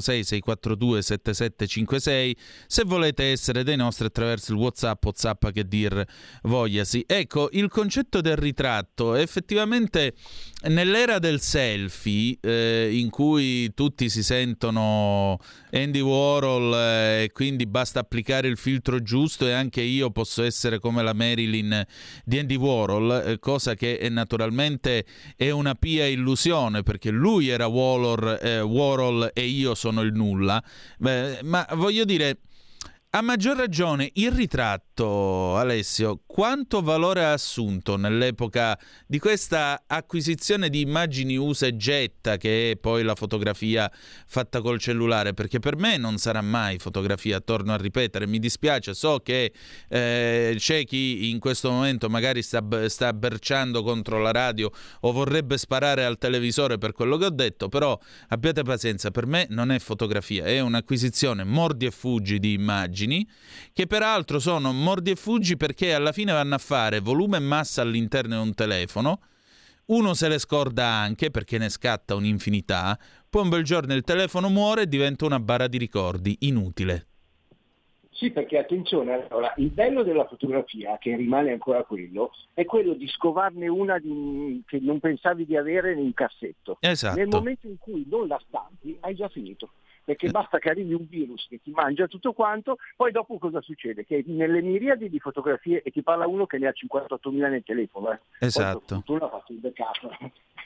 346-642-7756 se volete essere dei nostri attraverso il WhatsApp che dir vogliasi. Ecco, il concetto del ritratto effettivamente nell'era del selfie in cui tutti si sentono Andy Warhol e quindi basta applicare il filtro giusto e anche io posso essere come la Marilyn di Andy Warhol, cosa che naturalmente è una pia illusione, perché lui era Warhol e io sono il nulla. Ma voglio dire, A maggior ragione il ritratto, Alessio, quanto valore ha assunto nell'epoca di questa acquisizione di immagini usa e getta, che è poi la fotografia fatta col cellulare? Perché per me non sarà mai fotografia, torno a ripetere, mi dispiace, so che c'è chi in questo momento magari sta berciando contro la radio o vorrebbe sparare al televisore per quello che ho detto, però abbiate pazienza, per me non è fotografia, è un'acquisizione mordi e fuggi di immagini, che peraltro sono mordi e fuggi perché alla fine vanno a fare volume e massa all'interno di un telefono, uno se le scorda anche perché ne scatta un'infinità, poi un bel giorno il telefono muore e diventa una bara di ricordi inutile. Sì, perché attenzione, allora, il bello della fotografia, che rimane ancora quello, è quello di scovarne una che non pensavi di avere in un cassetto. Esatto. Nel momento in cui non la stampi hai già finito. Perché basta che arrivi un virus che ti mangia tutto quanto, poi dopo cosa succede? Che nelle miriadi di fotografie, e ti parla uno che ne ha 58.000 nel telefono, Esatto. Poi, tu l'ha fatto il backup,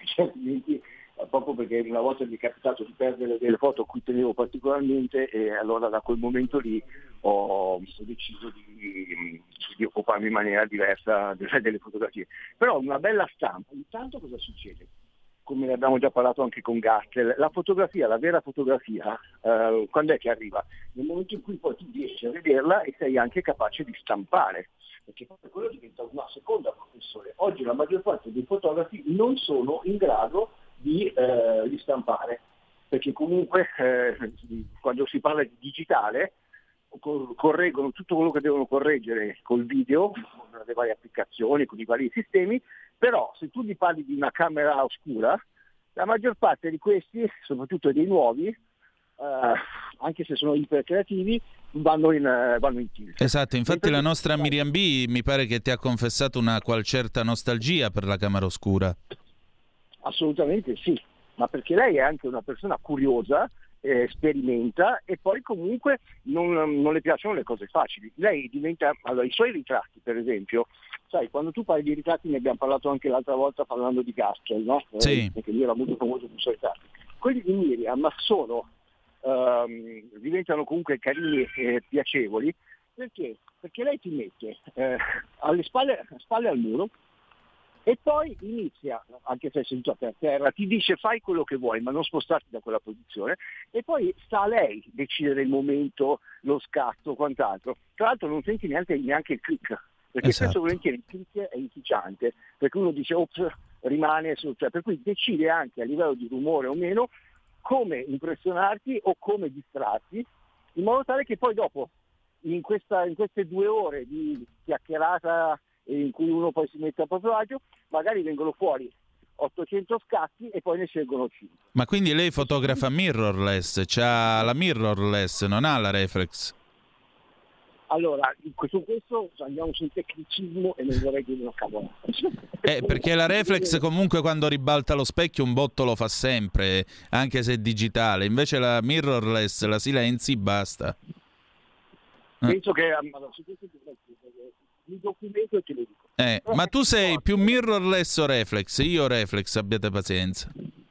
proprio perché una volta mi è capitato di perdere delle foto a cui tenevo particolarmente, e allora da quel momento lì ho deciso di occuparmi in maniera diversa delle fotografie. Però una bella stampa, intanto cosa succede? Come ne abbiamo già parlato anche con Gastel, la fotografia, la vera fotografia, quando è che arriva? Nel momento in cui poi tu riesci a vederla e sei anche capace di stampare, perché poi quello diventa una seconda professione. Oggi la maggior parte dei fotografi non sono in grado di stampare, perché comunque quando si parla di digitale correggono tutto quello che devono correggere col video, con le varie applicazioni, con i vari sistemi, però se tu gli parli di una camera oscura, la maggior parte di questi, soprattutto dei nuovi, anche se sono ipercreativi, vanno in tilt. Esatto, infatti la nostra Miriam B mi pare che ti ha confessato una qual certa nostalgia per la camera oscura. Assolutamente sì, ma perché lei è anche una persona curiosa, sperimenta e poi comunque non le piacciono le cose facili. Lei diventa, allora i suoi ritratti per esempio, sai, quando tu parli di ritratti, ne abbiamo parlato anche l'altra volta parlando di Gaskell, no? Sì. Perché lui era molto famoso per i suoi ritratti. Quelli di Miriam diventano comunque carini e piacevoli, perché lei ti mette alle spalle al muro e poi inizia, anche se è seduta per terra, ti dice fai quello che vuoi ma non spostarti da quella posizione, e poi sta a lei decidere il momento, lo scatto, quant'altro. Tra l'altro non senti neanche il click, perché spesso volentieri il click è inficiante, perché uno dice ops, rimane cioè, per cui decide anche a livello di rumore o meno come impressionarti o come distrarti, in modo tale che poi dopo in queste 2 ore di chiacchierata in cui uno poi si mette a proprio agio, magari vengono fuori 800 scatti e poi ne scelgono 5. Ma quindi lei fotografa mirrorless, c'ha la mirrorless, non ha la reflex? Allora, su questo andiamo sul tecnicismo e non vorrei dire una cavolata. Perché la reflex comunque quando ribalta lo specchio un botto lo fa sempre, anche se è digitale, invece la mirrorless la silenzi, basta. Penso che su questo mi documento e te lo dico. Ma tu sei più mirrorless o reflex? Io reflex, abbiate pazienza.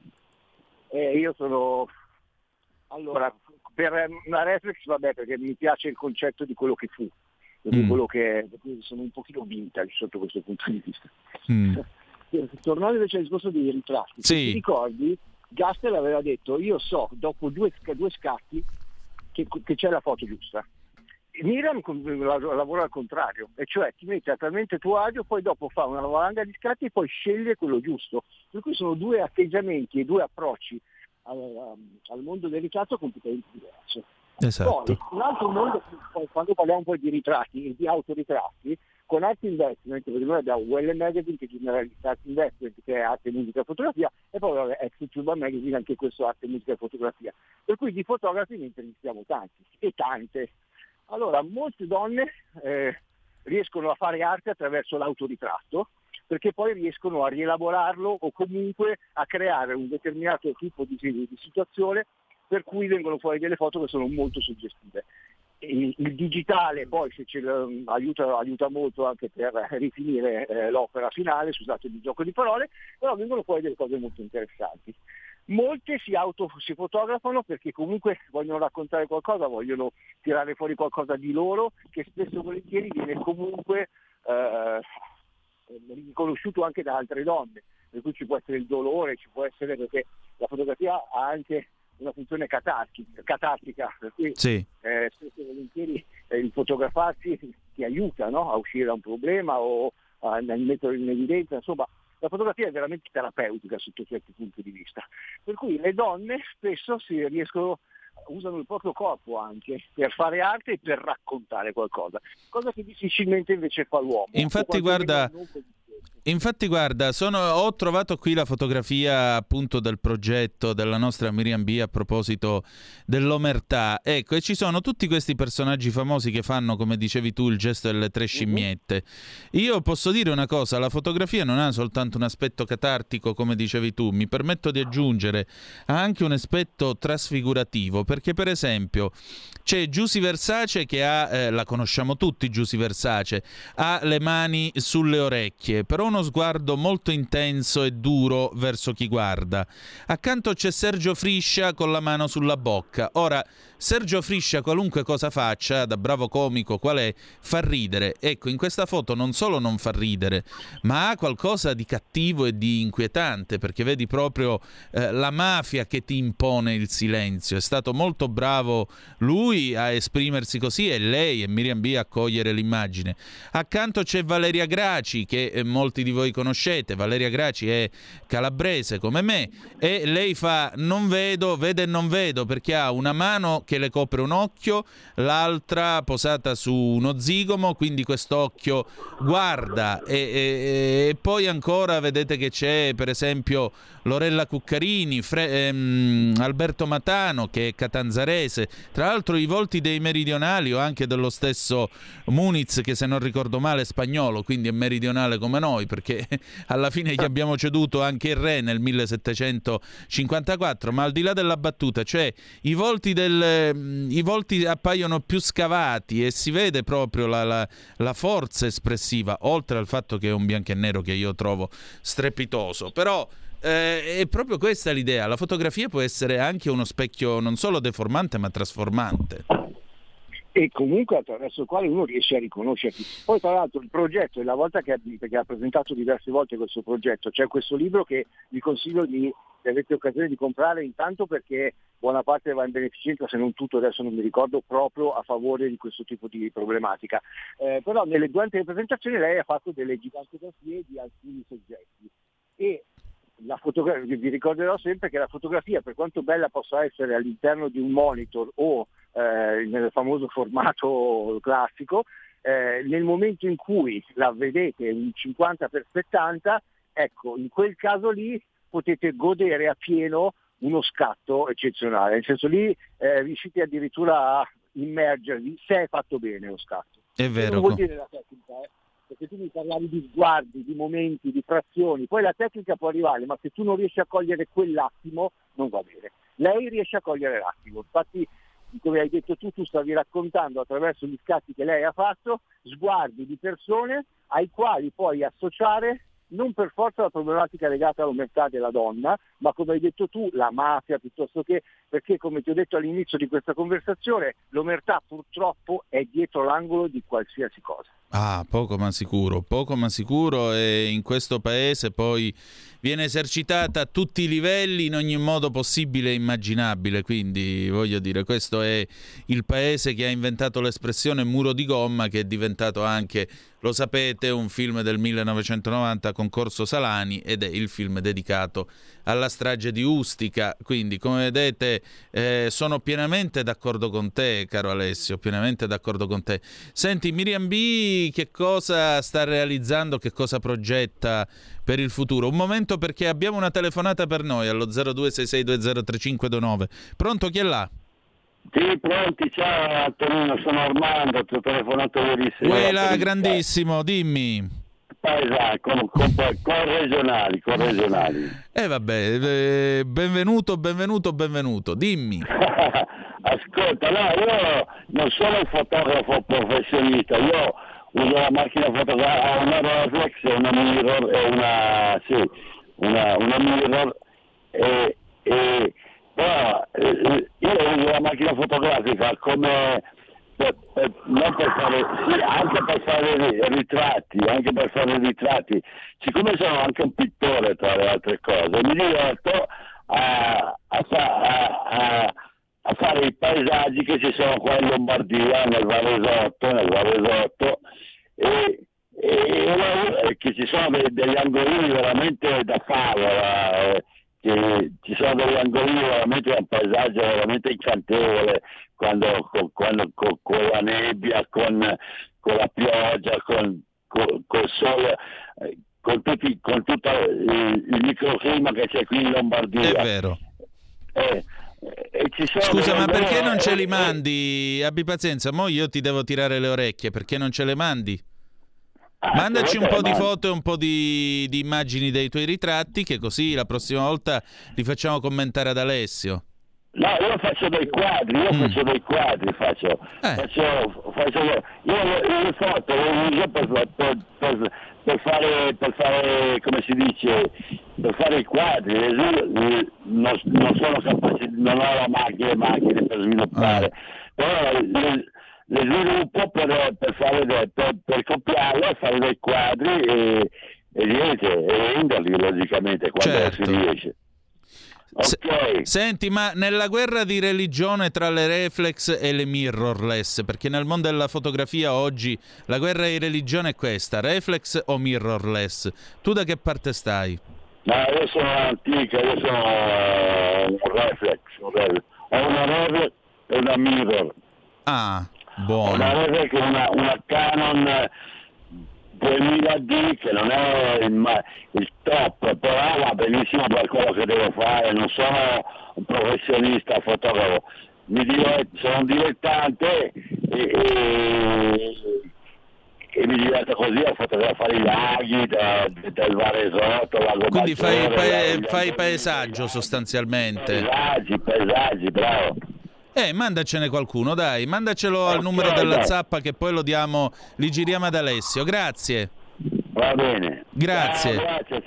Io sono... Allora, per una reflex vabbè, perché mi piace il concetto di quello che fu, quello che sono un pochino vintage sotto questo punto di vista. Tornando invece al discorso dei ritratti, se ti ricordi, Gaskell aveva detto io so dopo due scatti che c'è la foto giusta. Miriam lavora al contrario, e cioè ti mette a talmente tuo agio, poi dopo fa una valanga di scatti e poi sceglie quello giusto. Per cui sono 2 atteggiamenti e 2 approcci al mondo del ritratto completamente diverso. Esatto. Poi un altro mondo, quando parliamo poi di ritratti e di autoritratti, con Art Investment, perché noi abbiamo Well Magazine che genera Art Investment, che è arte, musica e fotografia, e poi Ex-Tuba Magazine, anche questo arte, musica e fotografia. Per cui di fotografi ne intervistiamo tanti e tante. Allora, molte donne riescono a fare arte attraverso l'autoritratto, perché poi riescono a rielaborarlo o comunque a creare un determinato tipo di situazione per cui vengono fuori delle foto che sono molto suggestive. Il digitale poi se aiuta molto anche per rifinire l'opera finale, scusate il gioco di parole, però vengono fuori delle cose molto interessanti. Molte si fotografano perché comunque vogliono raccontare qualcosa, vogliono tirare fuori qualcosa di loro, che spesso e volentieri viene comunque riconosciuto anche da altre donne, per cui ci può essere il dolore, ci può essere, perché la fotografia ha anche una funzione catartica, per cui sì. Spesso e volentieri il fotografarsi ti aiuta, no? A uscire da un problema o a metterlo in evidenza, insomma. La fotografia è veramente terapeutica sotto certi punti di vista, per cui le donne spesso usano il proprio corpo anche per fare arte e per raccontare qualcosa, cosa che difficilmente invece fa l'uomo. Infatti guarda, ho trovato qui la fotografia appunto del progetto della nostra Miriam B a proposito dell'omertà, ecco, e ci sono tutti questi personaggi famosi che fanno, come dicevi tu, il gesto delle 3 scimmiette. Io posso dire una cosa, la fotografia non ha soltanto un aspetto catartico, come dicevi tu, mi permetto di aggiungere, ha anche un aspetto trasfigurativo, perché per esempio c'è Giusy Versace che ha, la conosciamo tutti Giusy Versace, ha le mani sulle orecchie, però uno sguardo molto intenso e duro verso chi guarda. Accanto c'è Sergio Friscia con la mano sulla bocca. Ora, Sergio Friscia, qualunque cosa faccia, da bravo comico qual è, fa ridere. Ecco, in questa foto non solo non fa ridere, ma ha qualcosa di cattivo e di inquietante, perché vedi proprio la mafia che ti impone il silenzio. È stato molto bravo lui a esprimersi così, e lei e Miriam B a cogliere l'immagine. Accanto c'è Valeria Graci, che molti di voi conoscete. Valeria Graci è calabrese come me, e lei fa non vedo, vede e non vedo, perché ha una mano che le copre un occhio, l'altra posata su uno zigomo, quindi quest'occhio guarda, e poi ancora vedete che c'è per esempio Lorella Cuccarini, Alberto Matano, che è catanzarese, tra l'altro i volti dei meridionali o anche dello stesso Muniz, che se non ricordo male è spagnolo, quindi è meridionale come noi, perché alla fine gli abbiamo ceduto anche il re nel 1754, ma al di là della battuta, cioè i volti appaiono più scavati e si vede proprio la forza espressiva, oltre al fatto che è un bianco e nero che io trovo strepitoso. Però è proprio questa l'idea, la fotografia può essere anche uno specchio non solo deformante ma trasformante. E comunque attraverso il quale uno riesce a riconoscerti. Poi tra l'altro il progetto, la volta perché ha presentato diverse volte questo progetto, c'è questo libro che vi consiglio se avete occasione di comprare, intanto perché buona parte va in beneficenza, se non tutto, adesso non mi ricordo, proprio a favore di questo tipo di problematica. Però durante le presentazioni lei ha fatto delle gigantografie di alcuni soggetti, e la fotografia, vi ricorderò sempre che la fotografia, per quanto bella possa essere all'interno di un monitor o nel famoso formato classico, nel momento in cui la vedete in 50x70, ecco, in quel caso lì potete godere a pieno uno scatto eccezionale, nel senso lì riuscite addirittura a immergervi se è fatto bene lo scatto. È vero. Non vuol dire la tecnica, perché tu mi parlavi di sguardi, di momenti, di frazioni, poi la tecnica può arrivare, ma se tu non riesci a cogliere quell'attimo non va bene. Lei riesce a cogliere l'attimo, infatti come hai detto tu stavi raccontando attraverso gli scatti che lei ha fatto, sguardi di persone ai quali puoi associare non per forza la problematica legata all'omertà della donna, ma come hai detto tu, la mafia piuttosto che, perché come ti ho detto all'inizio di questa conversazione, l'omertà purtroppo è dietro l'angolo di qualsiasi cosa. Poco ma sicuro, e in questo paese poi viene esercitata a tutti i livelli in ogni modo possibile e immaginabile, quindi voglio dire, questo è il paese che ha inventato l'espressione muro di gomma, che è diventato anche, lo sapete, un film del 1990 con Corso Salani, ed è il film dedicato alla strage di Ustica. Quindi come vedete sono pienamente d'accordo con te, caro Alessio, pienamente d'accordo con te. Senti, Miriam B che cosa sta realizzando, che cosa progetta per il futuro? Un momento, perché abbiamo una telefonata per noi allo 0266203529. Pronto, chi è là? Sì, pronti, ciao Antonino, sono Armando, ti ho telefonato ieri sera. Quella, grandissimo, dimmi. Esatto, con regionali. Vabbè, benvenuto, dimmi. Ascolta, no, io non sono un fotografo professionista, io uso la macchina fotografica, una Rolleiflex, una Mirror e una Mirror, e Però io uso la macchina fotografica come non per fare, sì, anche per fare ritratti, siccome sono anche un pittore tra le altre cose, mi diverto a fare i paesaggi che ci sono qua in Lombardia, nel Varesotto, e che ci sono degli angolini veramente da favola, che ci sono degli angolini veramente da un paesaggio veramente incantevole, quando con la nebbia, con la pioggia, col sole, con tutto il microclima che c'è qui in Lombardia. È vero. Scusa, ma perché non ce li mandi? Abbi pazienza, mo io ti devo tirare le orecchie, perché non ce le mandi? Mandaci un po' di foto e un po' di immagini dei tuoi ritratti, che così la prossima volta li facciamo commentare ad Alessio. No, io faccio dei quadri, io le foto le uso per fare, come si dice, per fare i quadri. Non sono capace, non ho la macchine per sviluppare, però le sviluppo per copiarle, fare dei quadri e venderli logicamente quando si riesce. Okay. Senti, ma nella guerra di religione tra le reflex e le mirrorless, perché nel mondo della fotografia oggi la guerra di religione è questa, reflex o mirrorless, tu da che parte stai? No, io sono antica, io sono un reflex, ho una reflex e una mirror. Ah, buono. Una reflex è una Canon 2000D, che non è il top, però va benissimo per quello che devo fare. Non sono un professionista fotografo, sono un dilettante e mi diverto così a fotografare i laghi del Varesotto, Lago Quindi Maggiore, fai paesaggio sostanzialmente. Paesaggi, bravo. Mandacene qualcuno, dai, mandacelo al numero della zappa che poi li giriamo ad Alessio. Grazie. Va bene. Grazie.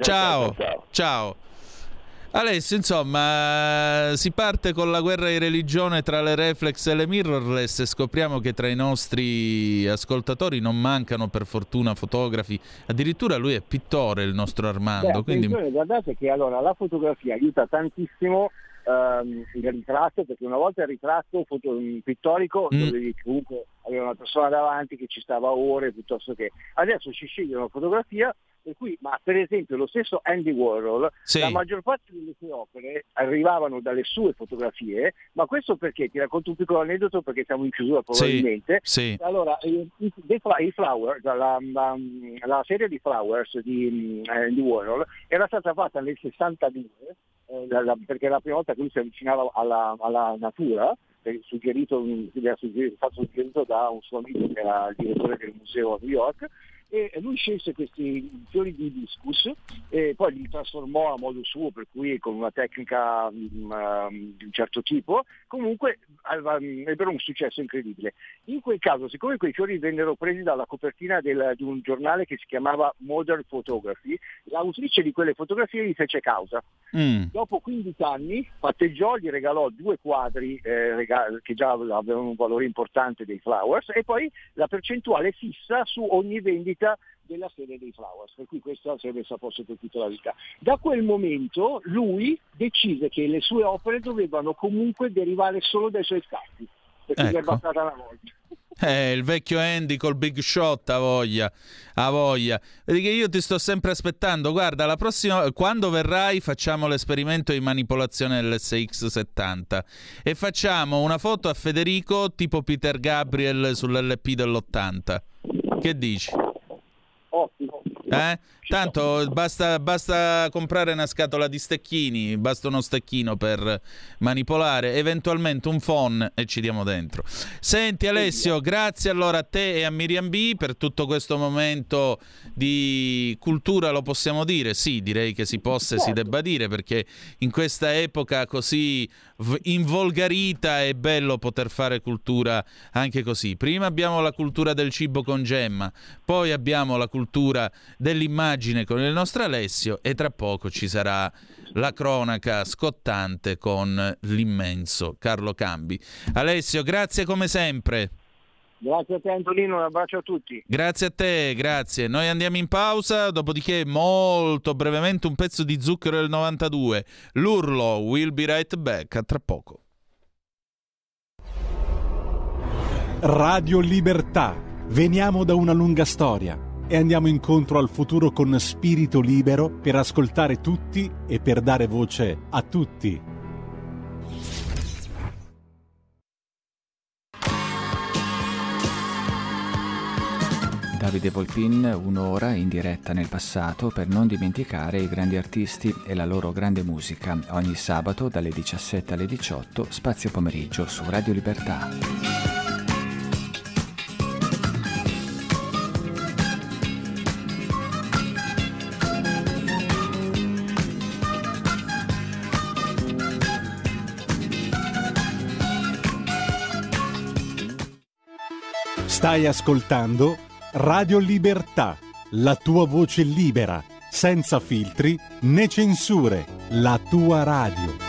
Ciao. Alessio, insomma, si parte con la guerra di religione tra le reflex e le mirrorless e scopriamo che tra i nostri ascoltatori non mancano per fortuna fotografi. Addirittura lui è pittore, il nostro Armando. Quindi guardate che allora la fotografia aiuta tantissimo il ritratto, perché una volta il ritratto pittorico dovevi comunque avere una persona davanti che ci stava ore, piuttosto che adesso ci sceglie una fotografia, per cui, ma per esempio lo stesso Andy Warhol, la maggior parte delle sue opere arrivavano dalle sue fotografie, ma questo perché? Ti racconto un piccolo aneddoto, perché siamo in chiusura probabilmente. Allora, i Flowers, la serie di Flowers di Andy Warhol era stata fatta nel 62, perché la prima volta che lui si avvicinava alla natura, stato suggerito da un suo amico che era il direttore del museo a New York, e lui scelse questi fiori di hibiscus e poi li trasformò a modo suo, per cui con una tecnica di un certo tipo, comunque ebbero un successo incredibile. In quel caso, siccome quei fiori vennero presi dalla copertina di un giornale che si chiamava Modern Photography, l'autrice di quelle fotografie gli fece causa. Dopo 15 anni patteggiò, gli regalò 2 quadri che già avevano un valore importante dei Flowers, e poi la percentuale fissa su ogni vendita della serie dei Flowers, per cui questa si è messa a posto per tutta la vita. Da quel momento lui decise che le sue opere dovevano comunque derivare solo dai suoi scatti, perché gli è bastata una volta. Il vecchio Andy col big shot, ha voglia. Vedi che io ti sto sempre aspettando. Guarda, la prossima, quando verrai, facciamo l'esperimento di manipolazione dell'SX70 e facciamo una foto a Federico tipo Peter Gabriel sull'LP dell'80. Che dici? Ottimo. Tanto basta comprare una scatola di stecchini, basta uno stecchino per manipolare, eventualmente un phon e ci diamo dentro. Senti Alessio, grazie allora a te e a Miriam B per tutto questo momento di cultura, lo possiamo dire? Sì, direi che si possa e si debba dire, perché in questa epoca così involgarita è bello poter fare cultura anche così. Prima abbiamo la cultura del cibo con Gemma, poi abbiamo la cultura dell'immagine immagine con il nostro Alessio, e tra poco ci sarà la cronaca scottante con l'immenso Carlo Cambi. Alessio, grazie come sempre. Grazie a te Antonino, un abbraccio a tutti. Grazie a te, grazie. Noi andiamo in pausa, dopodiché molto brevemente un pezzo di Zucchero del 92. L'Urlo, We'll Be Right Back, a tra poco. Radio Libertà. Veniamo da una lunga storia e andiamo incontro al futuro con spirito libero per ascoltare tutti e per dare voce a tutti. Davide Volpin, un'ora in diretta nel passato per non dimenticare i grandi artisti e la loro grande musica. Ogni sabato dalle 17 alle 18, spazio pomeriggio su Radio Libertà. Stai ascoltando Radio Libertà, la tua voce libera, senza filtri né censure, la tua radio.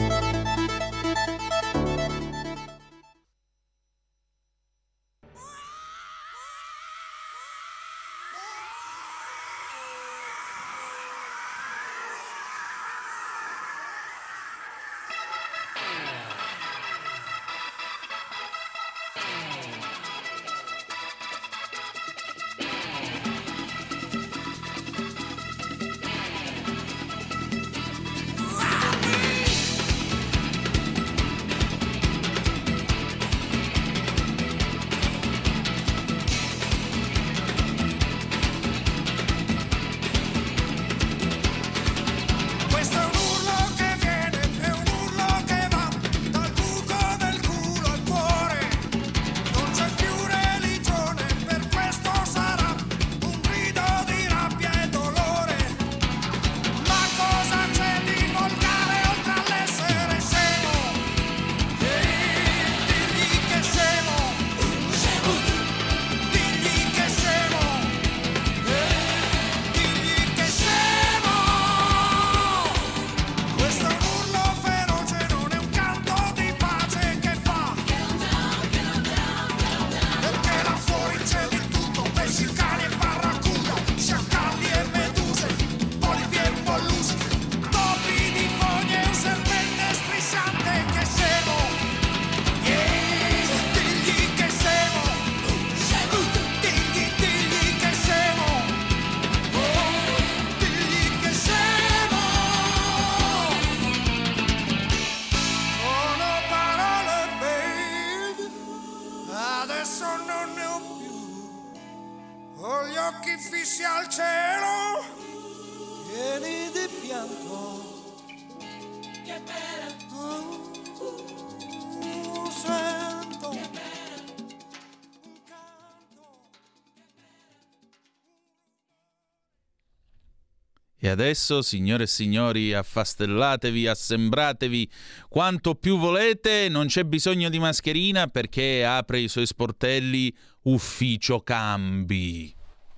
E adesso, signore e signori, affastellatevi, assembratevi quanto più volete, non c'è bisogno di mascherina perché apre i suoi sportelli Ufficio Cambi.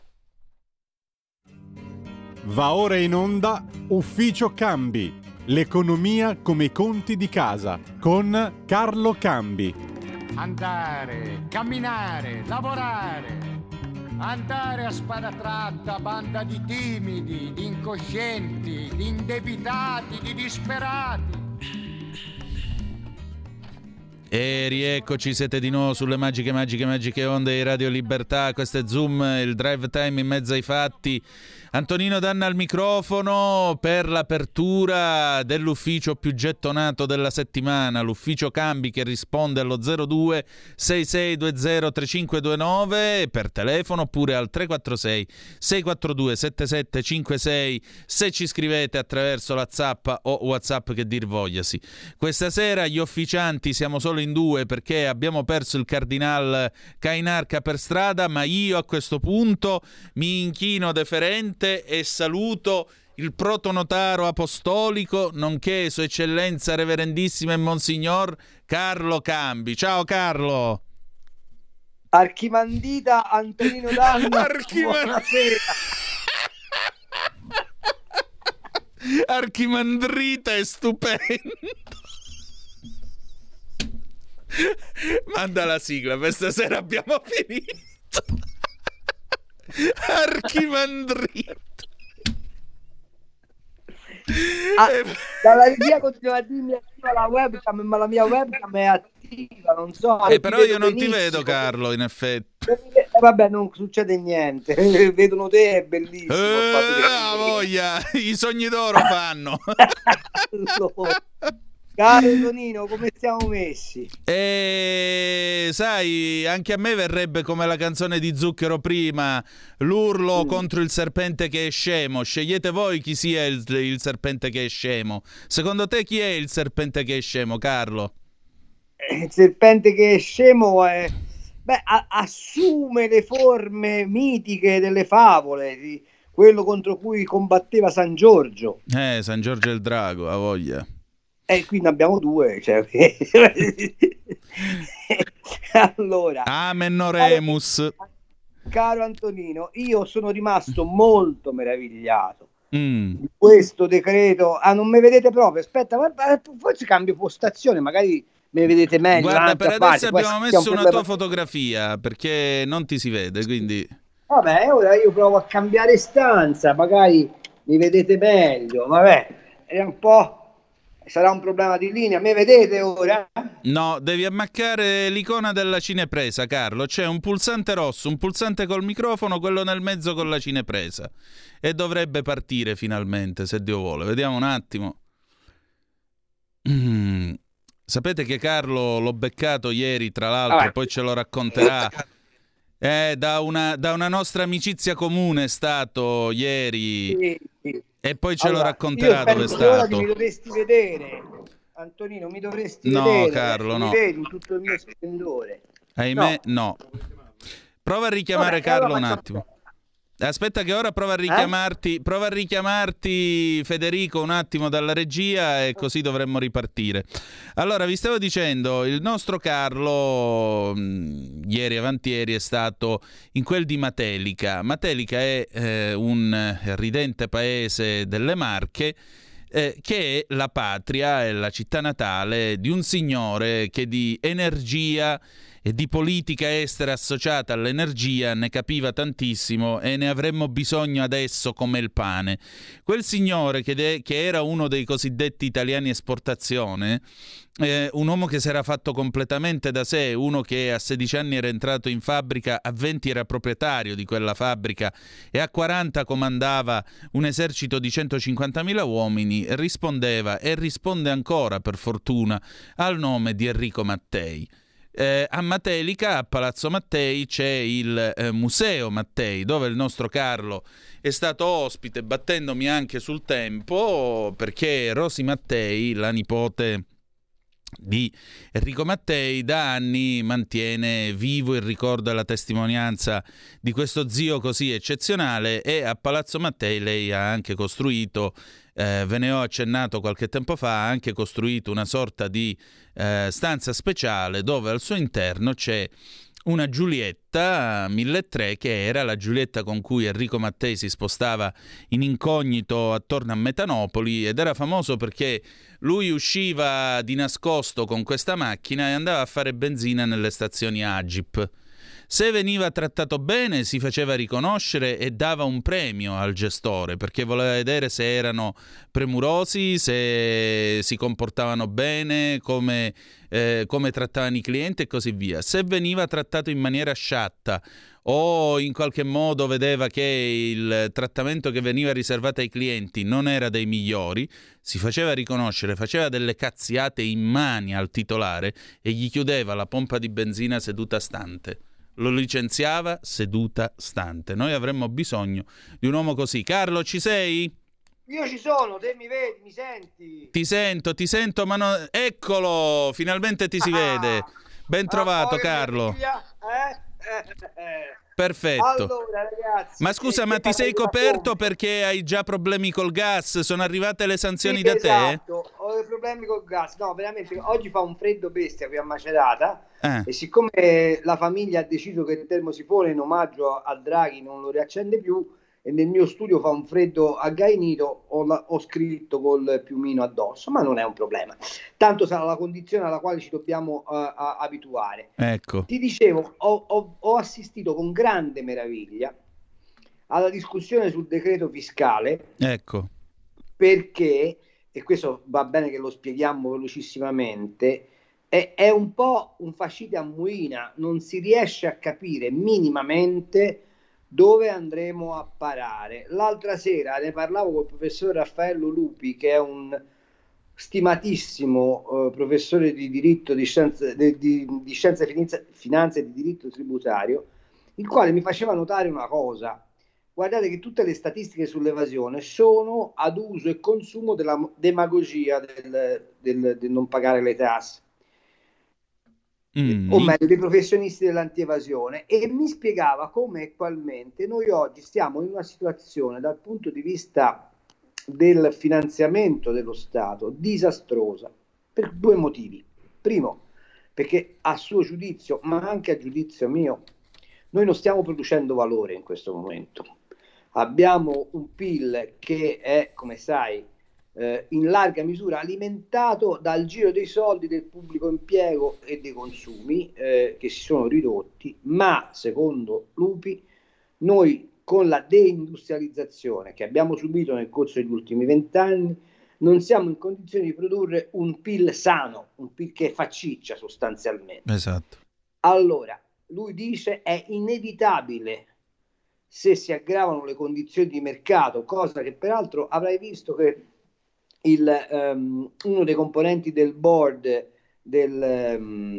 Va ora in onda Ufficio Cambi, l'economia come i conti di casa, con Carlo Cambi. Andare, camminare, lavorare. Andare a spada tratta, banda di timidi, di incoscienti, di indebitati, di disperati. E rieccoci, siete di nuovo sulle magiche onde di Radio Libertà. Questo è Zoom, il drive time in mezzo ai fatti. Antonino Danna al microfono per l'apertura dell'ufficio più gettonato della settimana, l'ufficio Cambi, che risponde allo 02 6620 3529 per telefono, oppure al 346 642 7756 se ci scrivete attraverso la Zappa o WhatsApp, che dir vogliasi. Questa sera gli officianti siamo solo in due perché abbiamo perso il cardinal Cainarca per strada, ma io a questo punto mi inchino deferente e saluto il protonotaro apostolico, nonché Sua Eccellenza Reverendissima e Monsignor Carlo Cambi. Ciao Carlo! Archimandrita Antonino Danna, buonasera! Archimandrita è stupendo. Manda la sigla, per stasera abbiamo finito. Archimandrita. Dalla regia continua a dirmi attiva la webcam, ma la mia webcam è attiva, non so. Però io non ti vedo, Carlo, in effetti. Vabbè, non succede niente. Vedono te, è bellissimo. Voglia, i sogni d'oro fanno. Caro Tonino, come stiamo messi? Sai, anche a me verrebbe come la canzone di Zucchero prima, l'urlo contro il serpente che è scemo. Scegliete voi chi sia il serpente che è scemo. Secondo te chi è il serpente che è scemo, Carlo? Il serpente che è scemo assume le forme mitiche delle favole, di quello contro cui combatteva San Giorgio. San Giorgio è il drago, ha voglia. Qui ne abbiamo due, cioè. Allora, Amen oremus. Caro Antonino, io sono rimasto molto meravigliato di questo decreto. Non mi vedete proprio? Aspetta, forse cambio postazione, magari mi vedete meglio. Guarda, per adesso abbiamo messo una tua fotografia perché non ti si vede, quindi vabbè, ora io provo a cambiare stanza, magari mi vedete meglio. Vabbè, è un po'. Sarà un problema di linea, me vedete ora? No, devi ammaccare l'icona della cinepresa, Carlo. C'è un pulsante rosso, un pulsante col microfono, quello nel mezzo con la cinepresa. E dovrebbe partire finalmente, se Dio vuole. Vediamo un attimo. Sapete che Carlo l'ho beccato ieri, tra l'altro, poi ce lo racconterà. Da una nostra amicizia comune è stato ieri. Sì. E poi ce lo racconterà dove è stato. Mi dovresti vedere, Antonino, mi dovresti vedere. No, Carlo, no. Mi vedi in tutto il mio splendore. Ahimè, no. Prova a richiamare Carlo un attimo. Aspetta che ora prova a richiamarti Federico un attimo dalla regia e così dovremmo ripartire. Allora, vi stavo dicendo, il nostro Carlo ieri avantieri è stato in quel di Matelica. Matelica è un ridente paese delle Marche che è la patria e la città natale di un signore che di energia e di politica estera associata all'energia ne capiva tantissimo e ne avremmo bisogno adesso come il pane. Quel signore che era uno dei cosiddetti italiani esportazione, un uomo che si era fatto completamente da sé, uno che a 16 anni era entrato in fabbrica, a 20 era proprietario di quella fabbrica e a 40 comandava un esercito di 150.000 uomini, rispondeva e risponde ancora, per fortuna, al nome di Enrico Mattei. A Matelica, a Palazzo Mattei, c'è il Museo Mattei, dove il nostro Carlo è stato ospite, battendomi anche sul tempo, perché Rosi Mattei, la nipote di Enrico Mattei, da anni mantiene vivo il ricordo e la testimonianza di questo zio così eccezionale, e a Palazzo Mattei lei ha anche costruito, ve ne ho accennato qualche tempo fa, ha anche costruito una sorta di stanza speciale dove al suo interno c'è una Giulietta 1003, che era la Giulietta con cui Enrico Mattei si spostava in incognito attorno a Metanopoli, ed era famoso perché lui usciva di nascosto con questa macchina e andava a fare benzina nelle stazioni Agip. Se veniva trattato bene si faceva riconoscere e dava un premio al gestore, perché voleva vedere se erano premurosi, se si comportavano bene, come trattavano i clienti e così via. Se veniva trattato in maniera sciatta o in qualche modo vedeva che il trattamento che veniva riservato ai clienti non era dei migliori, si faceva riconoscere, faceva delle cazziate immani al titolare e gli chiudeva la pompa di benzina seduta stante. Lo licenziava seduta stante. Noi avremmo bisogno di un uomo così. Carlo, ci sei? Io ci sono, te mi vedi, mi senti? Ti sento, ma no... Eccolo, finalmente ti si vede. Ben trovato, Carlo. Perfetto. Allora, ragazzi, ma scusa, ma ti sei coperto perché hai già problemi col gas? Sono arrivate le sanzioni da te? Esatto, ho dei problemi col gas. No, veramente, oggi fa un freddo bestia qui a Macerata. E siccome la famiglia ha deciso che il termosifone in omaggio a Draghi non lo riaccende più, e nel mio studio fa un freddo aggainito, ho scritto col piumino addosso, ma non è un problema. Tanto sarà la condizione alla quale ci dobbiamo abituare. Ecco. Ti dicevo, ho assistito con grande meraviglia alla discussione sul decreto fiscale. Ecco. Perché, e questo va bene che lo spieghiamo velocissimamente, è un po' un facite a muina, non si riesce a capire minimamente dove andremo a parare. L'altra sera ne parlavo col professor Raffaello Lupi, che è un stimatissimo professore di diritto, di scienze, di scienze, finanza e di diritto tributario, il quale mi faceva notare una cosa. Guardate che tutte le statistiche sull'evasione sono ad uso e consumo della demagogia del non pagare le tasse. O meglio, dei professionisti dell'antievasione, e mi spiegava come attualmente noi oggi stiamo in una situazione dal punto di vista del finanziamento dello Stato disastrosa per due motivi. Primo, perché a suo giudizio, ma anche a giudizio mio, noi non stiamo producendo valore in questo momento. Abbiamo un PIL che è, come sai, in larga misura alimentato dal giro dei soldi del pubblico impiego e dei consumi che si sono ridotti, ma secondo Lupi noi con la deindustrializzazione che abbiamo subito nel corso degli ultimi 20 anni non siamo in condizione di produrre un PIL sano, un PIL che fa ciccia sostanzialmente. Esatto. Allora, lui dice è inevitabile, se si aggravano le condizioni di mercato, cosa che peraltro avrai visto che uno dei componenti del board della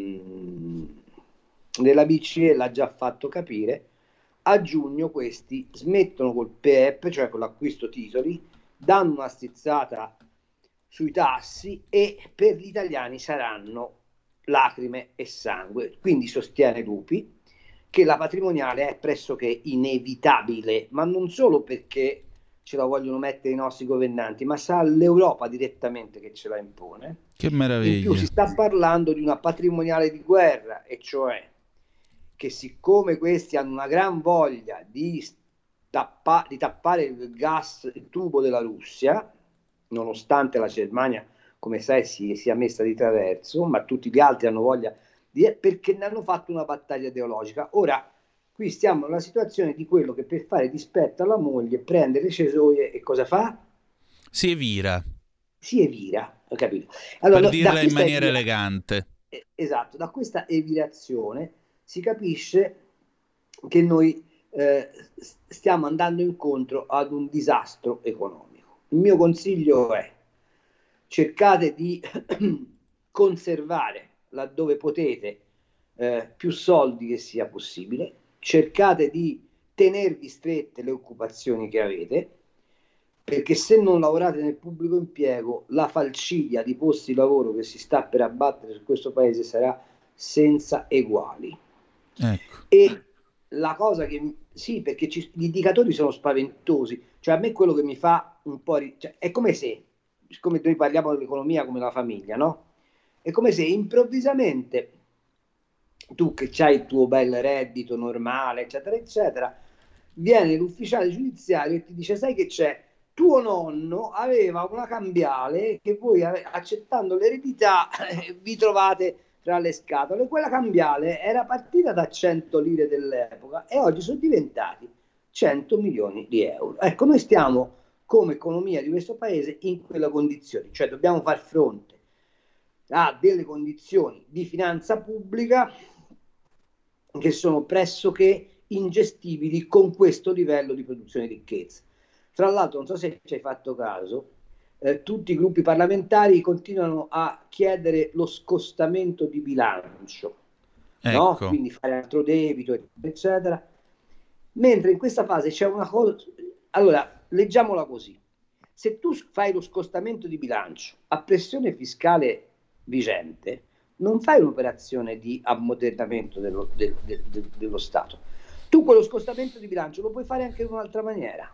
BCE l'ha già fatto capire, a giugno questi smettono col PEP, cioè con l'acquisto titoli, danno una stizzata sui tassi e per gli italiani saranno lacrime e sangue. Quindi sostiene Lupi che la patrimoniale è pressoché inevitabile, ma non solo perché ce la vogliono mettere i nostri governanti, ma sarà l'Europa direttamente che ce la impone. Che meraviglia. In più si sta parlando di una patrimoniale di guerra, e cioè che siccome questi hanno una gran voglia di tappare il gas, il tubo della Russia, nonostante la Germania, come sai, si sia messa di traverso, ma tutti gli altri hanno voglia perché ne hanno fatto una battaglia ideologica. Ora, qui stiamo nella situazione di quello che per fare dispetto alla moglie prende le cesoie e cosa fa? Si evira. Ho capito. Allora, per dirla in maniera elegante. Esatto, da questa evirazione si capisce che noi stiamo andando incontro ad un disastro economico. Il mio consiglio è: cercate di conservare laddove potete più soldi che sia possibile, cercate di tenervi strette le occupazioni che avete, perché se non lavorate nel pubblico impiego la falcidia di posti di lavoro che si sta per abbattere su questo paese sarà senza eguali. Ecco. E la cosa che sì, perché gli indicatori sono spaventosi, cioè a me quello che mi fa un po' cioè, è come se, siccome noi parliamo dell'economia come la famiglia, no? È come se improvvisamente tu che c'hai il tuo bel reddito normale, eccetera, eccetera, viene l'ufficiale giudiziario e ti dice: sai che c'è? Tuo nonno aveva una cambiale che voi, accettando l'eredità, vi trovate tra le scatole. Quella cambiale era partita da 100 lire dell'epoca e oggi sono diventati 100 milioni di euro. Ecco, noi stiamo come economia di questo paese in quella condizione, cioè dobbiamo far fronte a delle condizioni di finanza pubblica che sono pressoché ingestibili con questo livello di produzione di ricchezza. Tra l'altro, non so se ci hai fatto caso, tutti i gruppi parlamentari continuano a chiedere lo scostamento di bilancio, ecco. No? Quindi fare altro debito, eccetera. Mentre in questa fase c'è una cosa. Allora, leggiamola così: se tu fai lo scostamento di bilancio a pressione fiscale vigente, non fai un'operazione di ammodernamento dello Stato. Tu quello scostamento di bilancio lo puoi fare anche in un'altra maniera,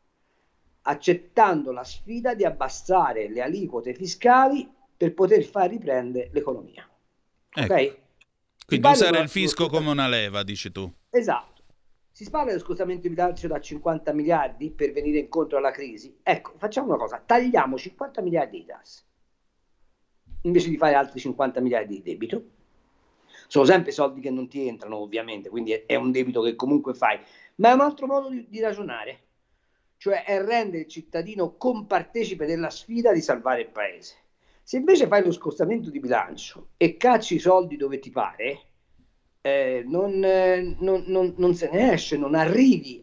accettando la sfida di abbassare le aliquote fiscali per poter far riprendere l'economia. Ecco. Ok? Quindi usare il fisco come una leva, dici tu. Esatto. Si parla dello scostamento di bilancio da 50 miliardi per venire incontro alla crisi. Ecco, facciamo una cosa, tagliamo 50 miliardi di tasse, invece di fare altri 50 miliardi di debito. Sono sempre soldi che non ti entrano, ovviamente, quindi è un debito che comunque fai, ma è un altro modo di ragionare, cioè è rendere il cittadino compartecipe della sfida di salvare il paese. Se invece fai lo scostamento di bilancio e cacci i soldi dove ti pare, non se ne esce, non arrivi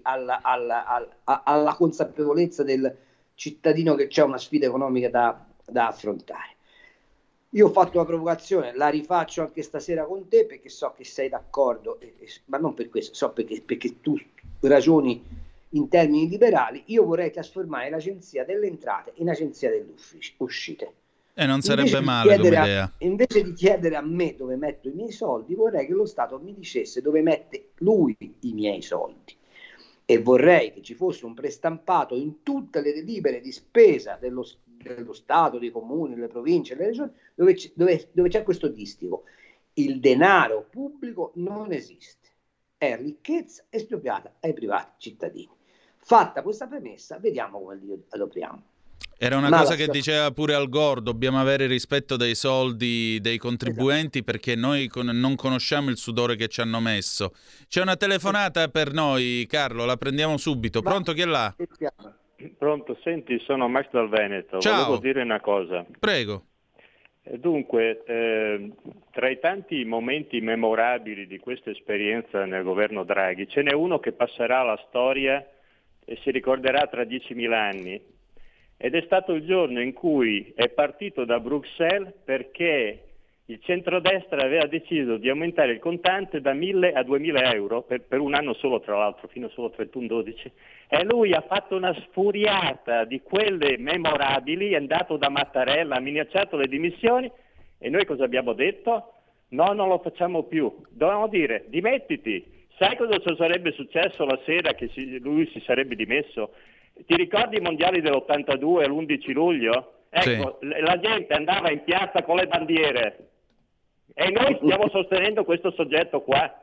alla consapevolezza del cittadino che c'è una sfida economica da affrontare. Io ho fatto una provocazione, la rifaccio anche stasera con te perché so che sei d'accordo, ma non per questo, so perché tu ragioni in termini liberali. Io vorrei trasformare l'Agenzia delle Entrate in Agenzia delle Uscite. E non sarebbe male come idea. Invece di chiedere a me dove metto i miei soldi, vorrei che lo Stato mi dicesse dove mette lui i miei soldi. E vorrei che ci fosse un prestampato in tutte le delibere di spesa dello Stato, dei comuni, delle province, delle regioni, dove c'è questo distico. Il denaro pubblico non esiste, è ricchezza espropriata ai privati cittadini. Fatta questa premessa, vediamo come li adopriamo. Era una cosa che diceva pure Al Gore, dobbiamo avere rispetto dei soldi dei contribuenti, esatto, perché noi non conosciamo il sudore che ci hanno messo. C'è una telefonata per noi, Carlo, la prendiamo subito. Pronto, chi è là? Pronto, senti, sono Max dal Veneto. Ciao. Volevo dire una cosa. Prego. Dunque, tra i tanti momenti memorabili di questa esperienza nel governo Draghi, ce n'è uno che passerà alla storia e si ricorderà tra 10.000 anni. Ed è stato il giorno in cui è partito da Bruxelles perché il centrodestra aveva deciso di aumentare il contante da 1.000 a 2.000 euro per un anno solo, tra l'altro, fino solo 31/12, e lui ha fatto una sfuriata di quelle memorabili, è andato da Mattarella, ha minacciato le dimissioni, e noi cosa abbiamo detto? No, non lo facciamo più. Dovevamo dire, dimettiti. Sai cosa sarebbe successo la sera che lui si sarebbe dimesso? Ti ricordi i mondiali dell'82 l'11 luglio? Ecco, sì. La gente andava in piazza con le bandiere e noi stiamo sostenendo questo soggetto qua.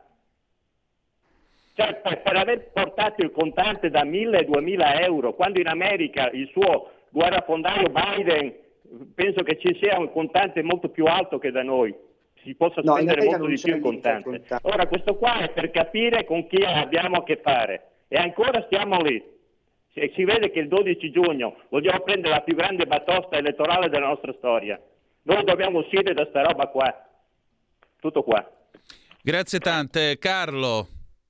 Cioè, per aver portato il contante da 1.000 a 2.000 euro, quando in America il suo guerrafondaio Biden, penso che ci sia un contante molto più alto che da noi, si possa spendere molto di più il contante. Ora, questo qua è per capire con chi abbiamo a che fare, e ancora stiamo lì. E si vede che il 12 giugno vogliamo prendere la più grande batosta elettorale della nostra storia. Noi dobbiamo uscire da sta roba qua. Tutto qua. Grazie tante. Carlo.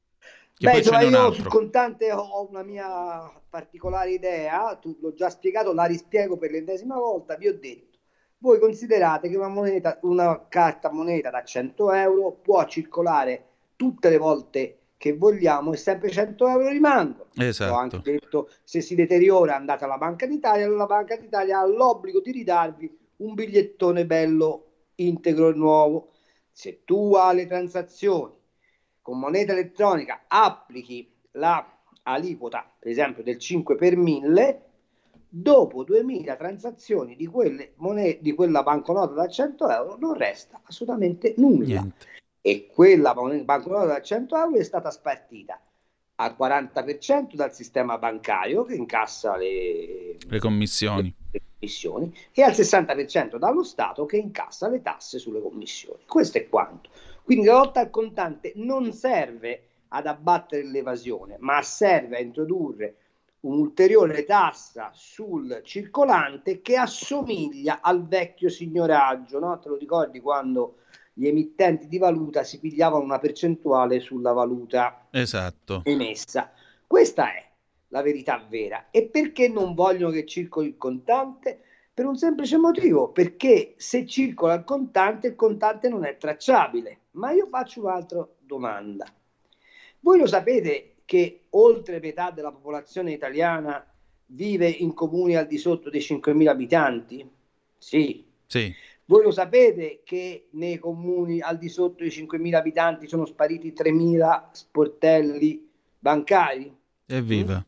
Io sul contante ho una mia particolare idea, tu l'ho già spiegato, la rispiego per l'ennesima volta. Vi ho detto, voi considerate che una carta moneta da 100 euro può circolare tutte le volte che vogliamo e sempre 100 euro rimangono. Esatto. Ho anche detto, se si deteriora andate alla Banca d'Italia, allora la Banca d'Italia ha l'obbligo di ridarvi un bigliettone bello, integro e nuovo. Se tu alle transazioni con moneta elettronica applichi la aliquota, per esempio del 5 per 1000, dopo 2000 transazioni di quella banconota da 100 euro non resta assolutamente nulla. Niente. E quella banconota da 100 euro è stata spartita al 40% dal sistema bancario che incassa le commissioni e al 60% dallo Stato che incassa le tasse sulle commissioni. Questo è quanto. Quindi la lotta al contante non serve ad abbattere l'evasione, ma serve a introdurre un'ulteriore tassa sul circolante che assomiglia al vecchio signoraggio, no? Te lo ricordi quando gli emittenti di valuta si pigliavano una percentuale sulla valuta emessa? Questa è la verità vera. E perché non vogliono che circoli il contante? Per un semplice motivo, perché se circola il contante non è tracciabile. Ma io faccio un'altra domanda. Voi lo sapete che oltre metà della popolazione italiana vive in comuni al di sotto dei 5.000 abitanti? Sì. Voi lo sapete che nei comuni al di sotto dei 5.000 abitanti sono spariti 3.000 sportelli bancari? Evviva!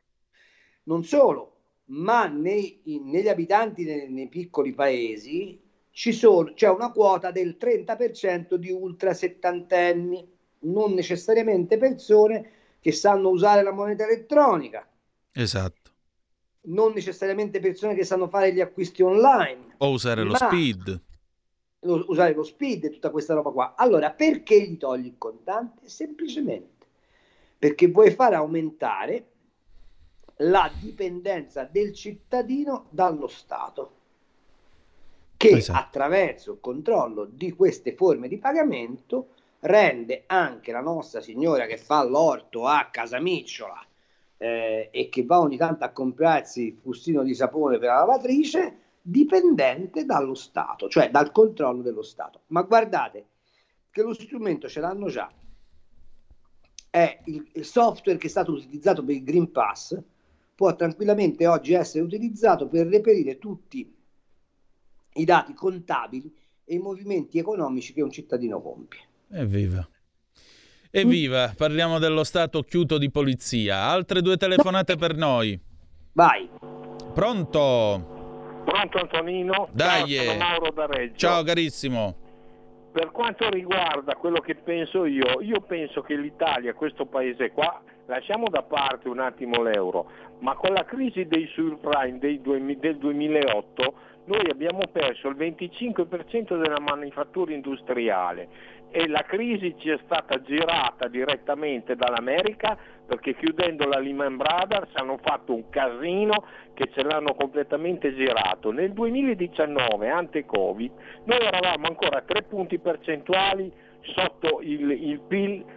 Non solo, ma negli abitanti nei piccoli paesi c'è una quota del 30% di ultra settantenni, non necessariamente persone che sanno usare la moneta elettronica. Esatto. Non necessariamente persone che sanno fare gli acquisti online. O usare lo SPID. Usare lo SPID e tutta questa roba qua. Allora, perché gli togli il contante? Semplicemente perché vuoi far aumentare la dipendenza del cittadino dallo Stato, che attraverso il controllo di queste forme di pagamento rende anche la nostra signora che fa l'orto a Casamicciola e che va ogni tanto a comprarsi il fustino di sapone per la lavatrice dipendente dallo Stato, cioè dal controllo dello Stato. Ma guardate che lo strumento ce l'hanno già, è il software che è stato utilizzato per il Green Pass, può tranquillamente oggi essere utilizzato per reperire tutti i dati contabili e i movimenti economici che un cittadino compie. Evviva. Evviva, parliamo dello Stato chiuso di polizia. Altre 2 telefonate per noi. Vai. Pronto? Pronto Antonino? Dai. Ciao, sono Mauro da Reggio. Ciao carissimo. Per quanto riguarda quello che penso io penso che l'Italia, questo paese qua, lasciamo da parte un attimo l'euro, ma con la crisi dei subprime del 2008 noi abbiamo perso il 25% della manifattura industriale e la crisi ci è stata girata direttamente dall'America, perché chiudendo la Lehman Brothers hanno fatto un casino che ce l'hanno completamente girato. Nel 2019, ante Covid, noi eravamo ancora 3 punti percentuali sotto il PIL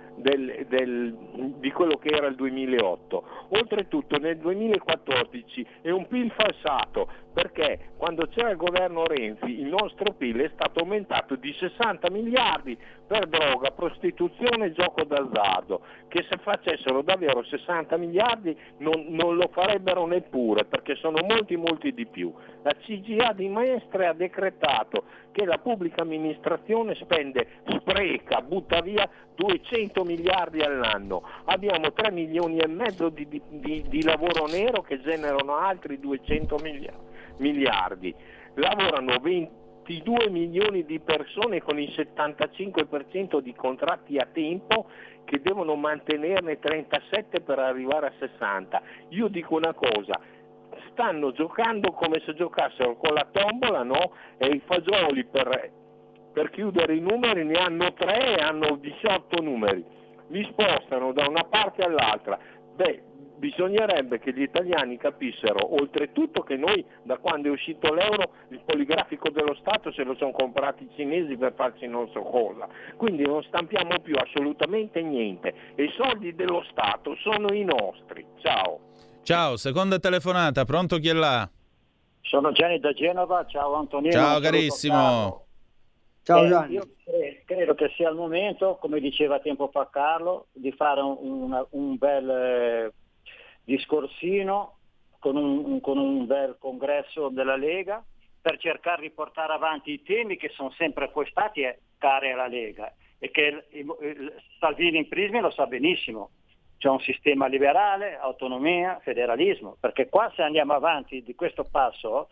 di quello che era il 2008. Oltretutto nel 2014 è un PIL falsato, perché quando c'era il governo Renzi il nostro PIL è stato aumentato di 60 miliardi per droga, prostituzione e gioco d'azzardo, che se facessero davvero 60 miliardi non lo farebbero neppure, perché sono molti di più. La CGIA di Mestre ha decretato che la pubblica amministrazione spreca, butta via 200 miliardi all'anno. Abbiamo 3 milioni e mezzo di lavoro nero che generano altri 200 miliardi. Lavorano 22 milioni di persone con il 75% di contratti a tempo, che devono mantenerne 37 per arrivare a 60. Io dico una cosa, stanno giocando come se giocassero con la tombola, no? E i fagioli per chiudere i numeri ne hanno 3 e hanno 18 numeri, li spostano da una parte all'altra. Bisognerebbe che gli italiani capissero, oltretutto, che noi da quando è uscito l'euro il poligrafico dello Stato se lo sono comprati i cinesi per farci non so cosa, quindi non stampiamo più assolutamente niente e i soldi dello Stato sono i nostri. Ciao, seconda telefonata, pronto, chi è là? Sono Gianni da Genova, ciao Antonino. Ciao carissimo. Ciao Gianni. Io credo che sia il momento, come diceva tempo fa Carlo, di fare un bel discorsino con un bel congresso della Lega per cercare di portare avanti i temi che sono sempre poi stati cari alla Lega e che Salvini in Prismi lo sa benissimo. C'è un sistema liberale, autonomia, federalismo, perché qua se andiamo avanti di questo passo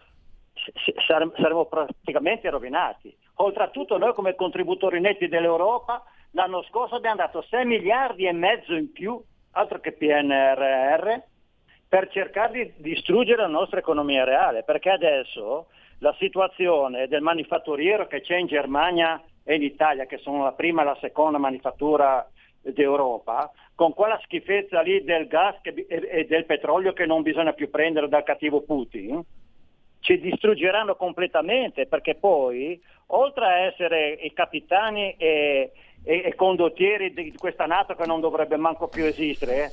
saremo praticamente rovinati. Oltretutto noi come contributori netti dell'Europa l'anno scorso abbiamo dato 6 miliardi e mezzo in più, altro che PNRR, per cercare di distruggere la nostra economia reale, perché adesso la situazione del manifatturiero che c'è in Germania e in Italia, che sono la prima e la seconda manifattura d'Europa, con quella schifezza lì del gas e del petrolio che non bisogna più prendere dal cattivo Putin, ci distruggeranno completamente, perché poi oltre a essere i capitani e condottieri di questa NATO che non dovrebbe manco più esistere,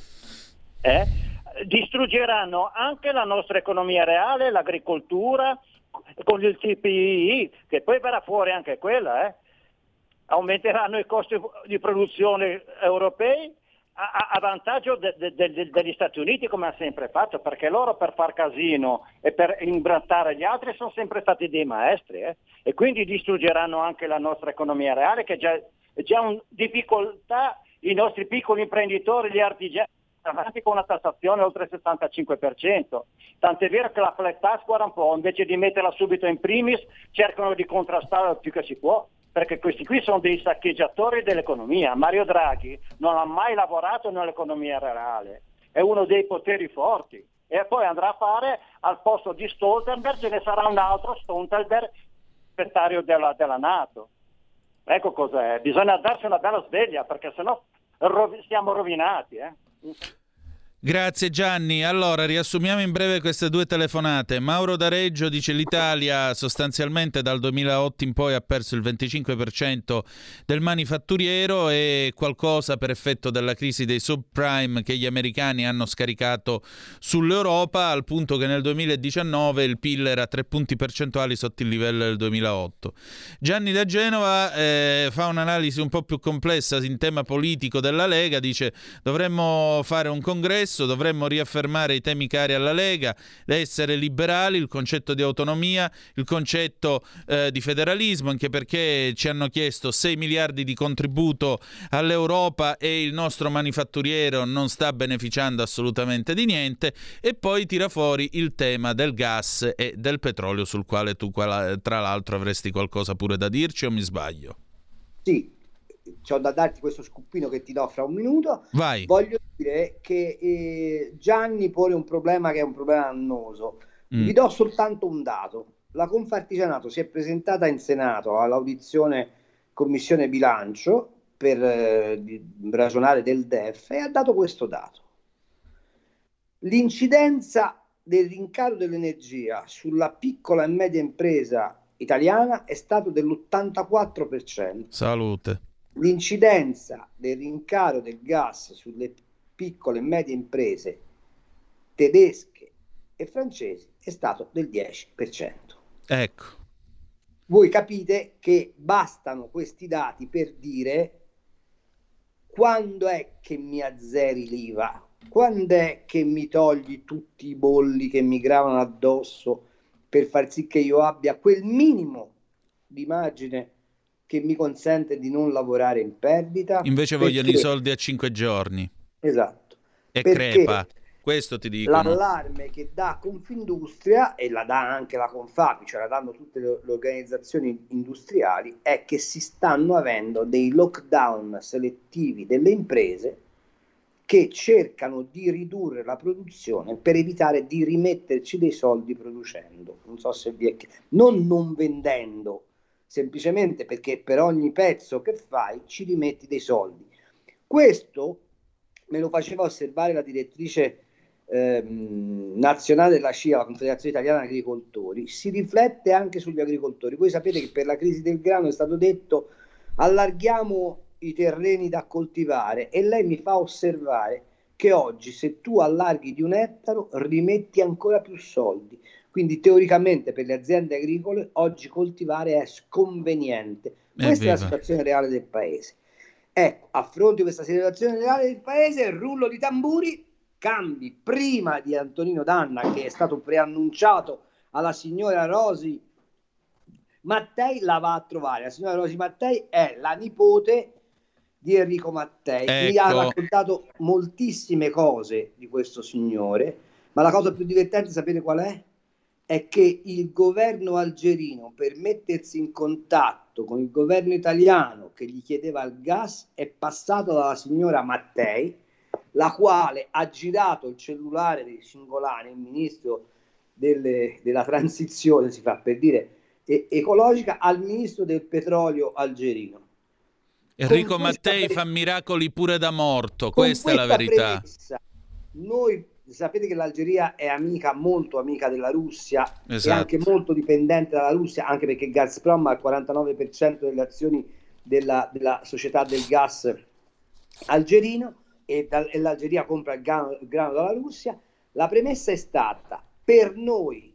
distruggeranno anche la nostra economia reale, l'agricoltura, con il TPI, che poi verrà fuori anche quella, aumenteranno i costi di produzione europei a vantaggio degli Stati Uniti, come ha sempre fatto, perché loro per far casino e per imbrattare gli altri sono sempre stati dei maestri, e quindi distruggeranno anche la nostra economia reale, che è già in difficoltà, i nostri piccoli imprenditori, gli artigiani, avanti con una tassazione oltre il 65%, tant'è vero che la flat tax, guarda un po', invece di metterla subito in primis cercano di contrastarla il più che si può. perché questi qui sono dei saccheggiatori dell'economia. Mario Draghi non ha mai lavorato nell'economia reale, è uno dei poteri forti, e poi andrà a fare al posto di Stoltenberg, ce ne sarà un altro Stoltenberg, segretario della NATO. Ecco cos'è, bisogna darsi una bella sveglia, perché sennò siamo rovinati. Grazie Gianni. Allora, riassumiamo in breve queste due telefonate. Mauro da Reggio dice: l'Italia sostanzialmente dal 2008 in poi ha perso il 25% del manifatturiero, e qualcosa per effetto della crisi dei subprime che gli americani hanno scaricato sull'Europa, al punto che nel 2019 il PIL era 3 punti percentuali sotto il livello del 2008. Gianni da Genova fa un'analisi un po' più complessa in tema politico della Lega, dice: dovremmo fare un congresso, dovremmo riaffermare i temi cari alla Lega, essere liberali, il concetto di autonomia, il concetto di federalismo, anche perché ci hanno chiesto 6 miliardi di contributo all'Europa e il nostro manifatturiero non sta beneficiando assolutamente di niente, e poi tira fuori il tema del gas e del petrolio, sul quale tu tra l'altro avresti qualcosa pure da dirci, o mi sbaglio? Sì, c'ho da darti questo scuppino che ti do fra un minuto. Vai. Voglio dire che Gianni pone un problema che è un problema annoso. Vi do soltanto un dato. La Confartigianato si è presentata in Senato all'audizione Commissione Bilancio per ragionare del DEF e ha dato questo dato. L'incidenza del rincaro dell'energia sulla piccola e media impresa italiana è stato dell'84%. Salute. L'incidenza del rincaro del gas sulle piccole e medie imprese tedesche e francesi è stato del 10%. Ecco. Voi capite che bastano questi dati per dire: quando è che mi azzeri l'IVA? Quando è che mi togli tutti i bolli che mi gravano addosso per far sì che io abbia quel minimo di margine che mi consente di non lavorare in perdita? Invece vogliono i soldi a 5 giorni. Esatto. E crepa. Questo ti dicono. L'allarme che dà Confindustria, e la dà anche la Confapi, cioè la danno tutte le organizzazioni industriali, è che si stanno avendo dei lockdown selettivi delle imprese che cercano di ridurre la produzione per evitare di rimetterci dei soldi producendo. Non so se vi è non vendendo, semplicemente perché per ogni pezzo che fai ci rimetti dei soldi. Questo me lo faceva osservare la direttrice nazionale della CIA, la Confederazione Italiana Agricoltori. Si riflette anche sugli agricoltori. Voi sapete che per la crisi del grano è stato detto: allarghiamo i terreni da coltivare, e lei mi fa osservare che oggi, se tu allarghi di 1 ettaro, rimetti ancora più soldi. Quindi teoricamente per le aziende agricole oggi coltivare è sconveniente. Questa è la situazione reale del paese. Ecco, a fronte di questa situazione reale del paese, il rullo di tamburi, cambi prima di Antonino Danna, che è stato preannunciato alla signora Rosi Mattei, la va a trovare. La signora Rosi Mattei è la nipote di Enrico Mattei. Mi ha raccontato moltissime cose di questo signore, ma la cosa più divertente, sapete qual è? È che il governo algerino, per mettersi in contatto con il governo italiano che gli chiedeva il gas, è passato dalla signora Mattei, la quale ha girato il cellulare dei Cingolani, il ministro della transizione, si fa per dire, ecologica, al ministro del petrolio algerino. Enrico Mattei fa miracoli pure da morto, questa è la verità. Premessa, noi sapete che l'Algeria è amica, molto amica della Russia, esatto, e anche molto dipendente dalla Russia, anche perché Gazprom ha il 49% delle azioni della società del gas algerino, e l'Algeria compra il grano dalla Russia. La premessa è stata: per noi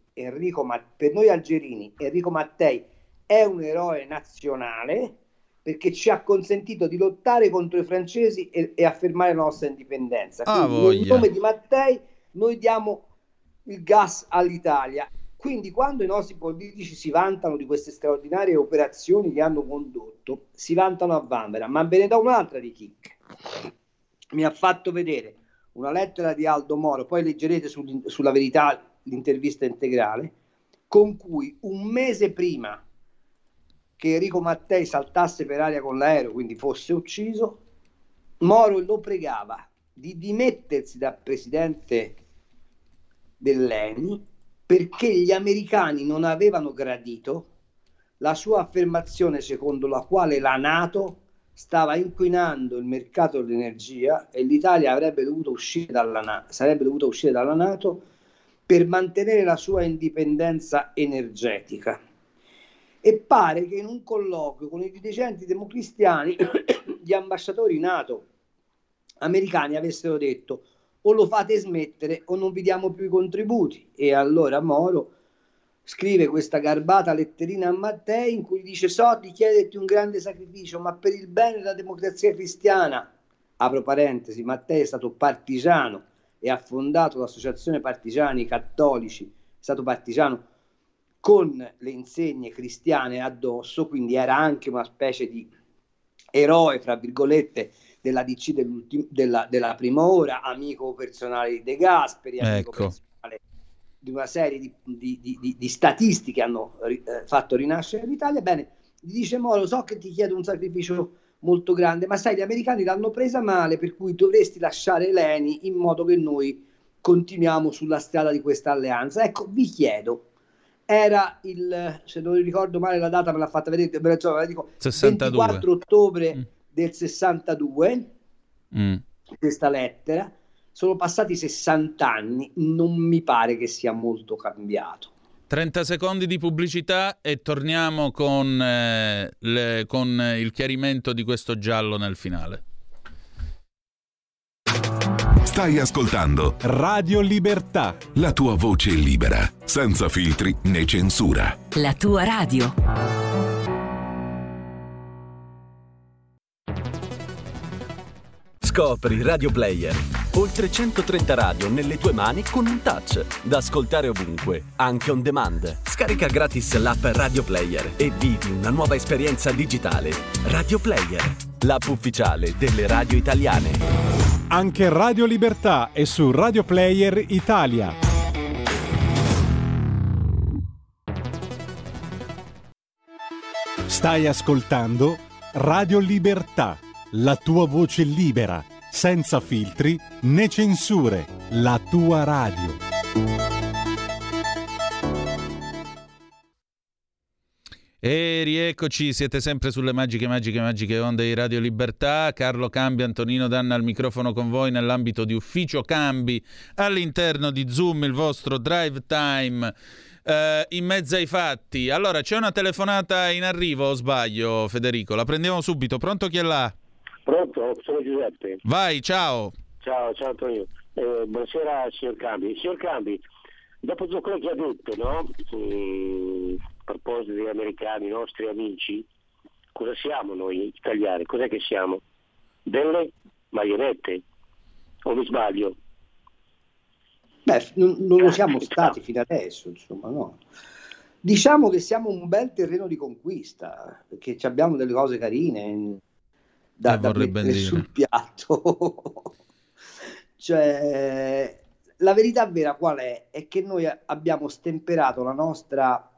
algerini, Enrico Mattei è un eroe nazionale, perché ci ha consentito di lottare contro i francesi e affermare la nostra indipendenza. Quindi, nel nome di Mattei noi diamo il gas all'Italia. Quindi quando i nostri politici si vantano di queste straordinarie operazioni che hanno condotto, si vantano a vanvera. Ma ve ne do un'altra di chicche. Mi ha fatto vedere una lettera di Aldo Moro, poi leggerete sulla Verità l'intervista integrale, con cui un mese prima che Enrico Mattei saltasse per aria con l'aereo, quindi fosse ucciso, Moro lo pregava di dimettersi da presidente dell'ENI perché gli americani non avevano gradito la sua affermazione secondo la quale la NATO stava inquinando il mercato dell'energia e l'Italia sarebbe dovuta uscire dalla NATO per mantenere la sua indipendenza energetica. E pare che in un colloquio con i dirigenti democristiani gli ambasciatori NATO americani avessero detto: o lo fate smettere o non vi diamo più i contributi. E allora Moro scrive questa garbata letterina a Mattei in cui dice: so di chiederti un grande sacrificio, ma per il bene della democrazia cristiana, apro parentesi, Mattei è stato partigiano e ha fondato l'associazione Partigiani Cattolici, è stato partigiano con le insegne cristiane addosso, quindi era anche una specie di eroe, fra virgolette, della DC della prima ora, amico personale di De Gasperi, amico personale di una serie di statisti che hanno fatto rinascere l'Italia. Bene, gli dice Moro: so che ti chiedo un sacrificio molto grande, ma sai, gli americani l'hanno presa male, per cui dovresti lasciare l'ENI in modo che noi continuiamo sulla strada di questa alleanza. Ecco, vi chiedo, era se non ricordo male la data, me l'ha fatta vedere, la dico, 62. 24 ottobre del 62, questa lettera, sono passati 60 anni, non mi pare che sia molto cambiato. 30 secondi di pubblicità e torniamo con il chiarimento di questo giallo nel finale. Stai ascoltando Radio Libertà, la tua voce libera, senza filtri né censura. La tua radio. Scopri Radio Player. Oltre 130 radio nelle tue mani con un touch. Da ascoltare ovunque, anche on demand. Scarica gratis l'app Radio Player e vivi una nuova esperienza digitale. Radio Player, l'app ufficiale delle radio italiane. Anche Radio Libertà è su Radio Player Italia. Stai ascoltando Radio Libertà, la tua voce libera, senza filtri né censure, la tua radio. E rieccoci, siete sempre sulle magiche onde di Radio Libertà. Carlo Cambi, Antonino Danna al microfono con voi nell'ambito di Ufficio Cambi all'interno di Zoom, il vostro drive time in mezzo ai fatti. Allora, c'è una telefonata in arrivo, o sbaglio, Federico? La prendiamo subito. Pronto, chi è là? Pronto, sono Giuseppe. Vai, ciao. Ciao Antonio. Buonasera signor Cambi. Signor Cambi, dopo tutto quello che ha detto, no? A proposito degli americani, i nostri amici, cosa siamo noi italiani? Cos'è che siamo? Delle marionette? O mi sbaglio? Beh, non lo siamo stati fino adesso, insomma, no. Diciamo che siamo un bel terreno di conquista, perché abbiamo delle cose carine da mettere sul piatto. Cioè, la verità vera qual è? È che noi abbiamo stemperato la nostra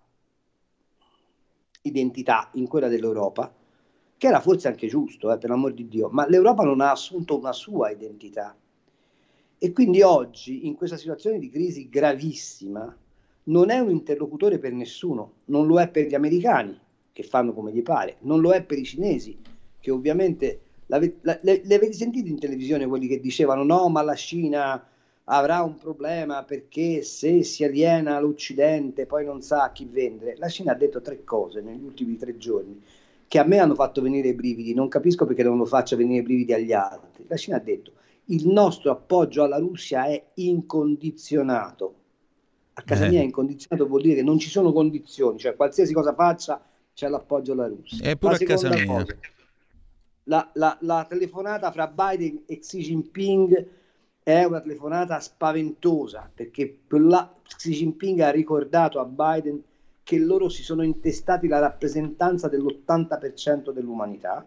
identità in quella dell'Europa, che era forse anche giusto, per l'amor di Dio, ma l'Europa non ha assunto una sua identità. E quindi oggi, in questa situazione di crisi gravissima, non è un interlocutore per nessuno, non lo è per gli americani, che fanno come gli pare, non lo è per i cinesi, che ovviamente, le avete sentito in televisione quelli che dicevano no, ma la Cina avrà un problema perché se si aliena l'Occidente poi non sa a chi vendere. La Cina ha detto 3 cose negli ultimi 3 giorni che a me hanno fatto venire i brividi, non capisco perché non lo faccia venire i brividi agli altri. La Cina ha detto: il nostro appoggio alla Russia è incondizionato. A casa mia incondizionato vuol dire che non ci sono condizioni, cioè qualsiasi cosa faccia c'è l'appoggio alla Russia. È pure a casa mia. Cosa, la telefonata fra Biden e Xi Jinping è una telefonata spaventosa, perché Xi Jinping ha ricordato a Biden che loro si sono intestati la rappresentanza dell'80% dell'umanità.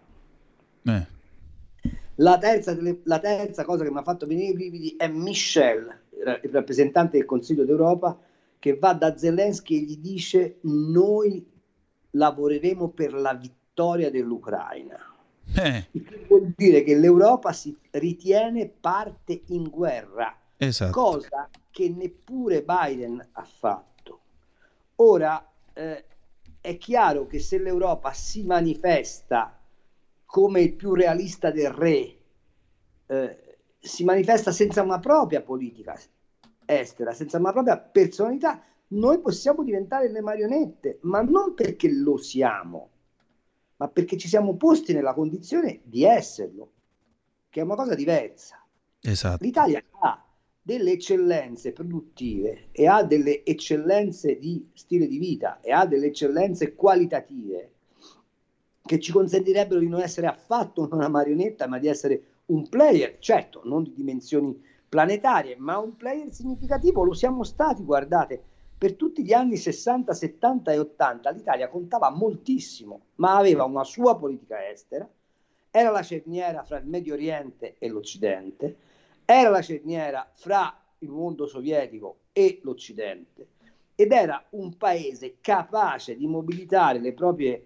La terza cosa che mi ha fatto venire i brividi è Michel, il rappresentante del Consiglio d'Europa, che va da Zelensky e gli dice: noi lavoreremo per la vittoria dell'Ucraina. Il che vuol dire che l'Europa si ritiene parte in guerra, cosa che neppure Biden ha fatto. Ora è chiaro che se l'Europa si manifesta come il più realista del re, si manifesta senza una propria politica estera, senza una propria personalità, noi possiamo diventare le marionette, ma non perché lo siamo, ma perché ci siamo posti nella condizione di esserlo, che è una cosa diversa. L'Italia ha delle eccellenze produttive e ha delle eccellenze di stile di vita e ha delle eccellenze qualitative che ci consentirebbero di non essere affatto una marionetta, ma di essere un player, certo, non di dimensioni planetarie, ma un player significativo. Lo siamo stati, guardate, per tutti gli anni 60, 70 e 80 l'Italia contava moltissimo, ma aveva una sua politica estera, era la cerniera fra il Medio Oriente e l'Occidente, era la cerniera fra il mondo sovietico e l'Occidente, ed era un paese capace di mobilitare le proprie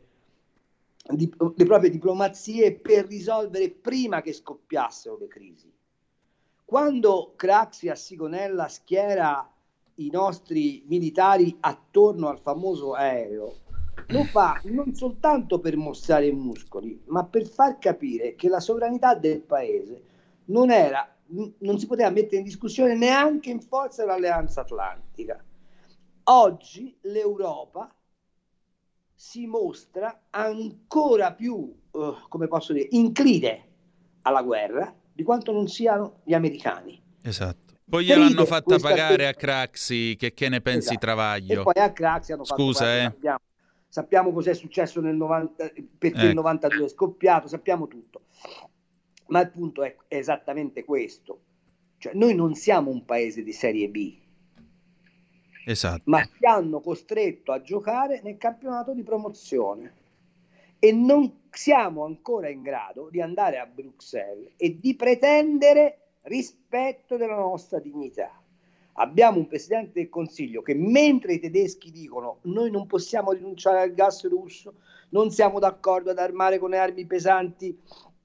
diplomazie per risolvere prima che scoppiassero le crisi. Quando Craxi a Sigonella schiera i nostri militari attorno al famoso aereo, lo fa non soltanto per mostrare i muscoli, ma per far capire che la sovranità del paese non si poteva mettere in discussione neanche in forza dell'Alleanza Atlantica. Oggi l'Europa si mostra ancora più, come posso dire, incline alla guerra di quanto non siano gli americani. Poi gliel'hanno fatta pagare a Craxi, che ne pensi Travaglio? E poi a Craxi hanno fatto sappiamo cos'è successo nel 90, perché il 92 è scoppiato, sappiamo tutto. Ma il punto è esattamente questo. Cioè, noi non siamo un paese di serie B. Ma ci hanno costretto a giocare nel campionato di promozione e non siamo ancora in grado di andare a Bruxelles e di pretendere rispetto della nostra dignità. Abbiamo un Presidente del Consiglio che, mentre i tedeschi dicono noi non possiamo rinunciare al gas russo, non siamo d'accordo ad armare con le armi pesanti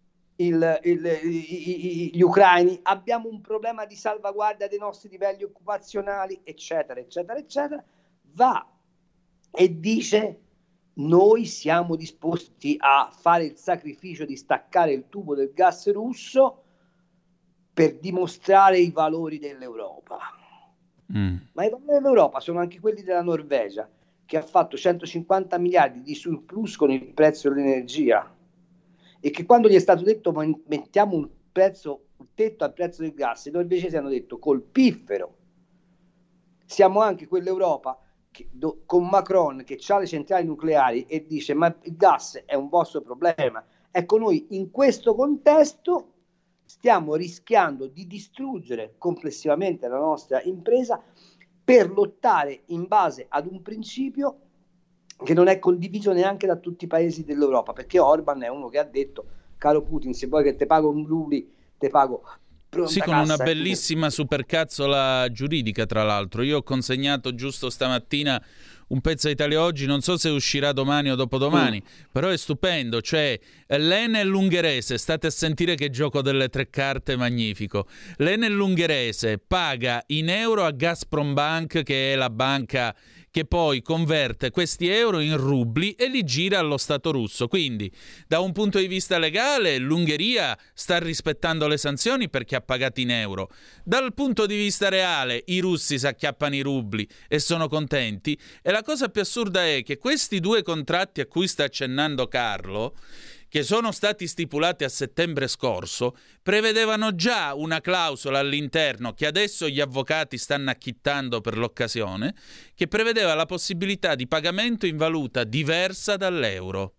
gli ucraini, abbiamo un problema di salvaguardia dei nostri livelli occupazionali, eccetera, eccetera, eccetera, va e dice noi siamo disposti a fare il sacrificio di staccare il tubo del gas russo per dimostrare i valori dell'Europa. Ma i valori dell'Europa sono anche quelli della Norvegia, che ha fatto 150 miliardi di surplus con il prezzo dell'energia, e che quando gli è stato detto mettiamo un tetto al prezzo del gas, i norvegesi hanno detto col piffero. Siamo anche quell'Europa che, con Macron che ha le centrali nucleari e dice ma il gas è un vostro problema. Ecco, noi in questo contesto stiamo rischiando di distruggere complessivamente la nostra impresa per lottare in base ad un principio che non è condiviso neanche da tutti i paesi dell'Europa, perché Orban è uno che ha detto caro Putin, se vuoi che te pago un rubli, te pago pronta con cassa, una bellissima supercazzola giuridica, tra l'altro. Io ho consegnato giusto stamattina un pezzo a Italia Oggi, non so se uscirà domani o dopodomani, però è stupendo, cioè l'Enel ungherese, state a sentire che gioco delle tre carte magnifico, l'Enel ungherese paga in euro a Gazprombank, che è la banca che poi converte questi euro in rubli e li gira allo Stato russo. Quindi, da un punto di vista legale, l'Ungheria sta rispettando le sanzioni perché ha pagato in euro. Dal punto di vista reale, i russi si acchiappano i rubli e sono contenti. E la cosa più assurda è che questi due contratti a cui sta accennando Carlo, che sono stati stipulati a settembre scorso, prevedevano già una clausola all'interno che adesso gli avvocati stanno acchittando per l'occasione, che prevedeva la possibilità di pagamento in valuta diversa dall'euro.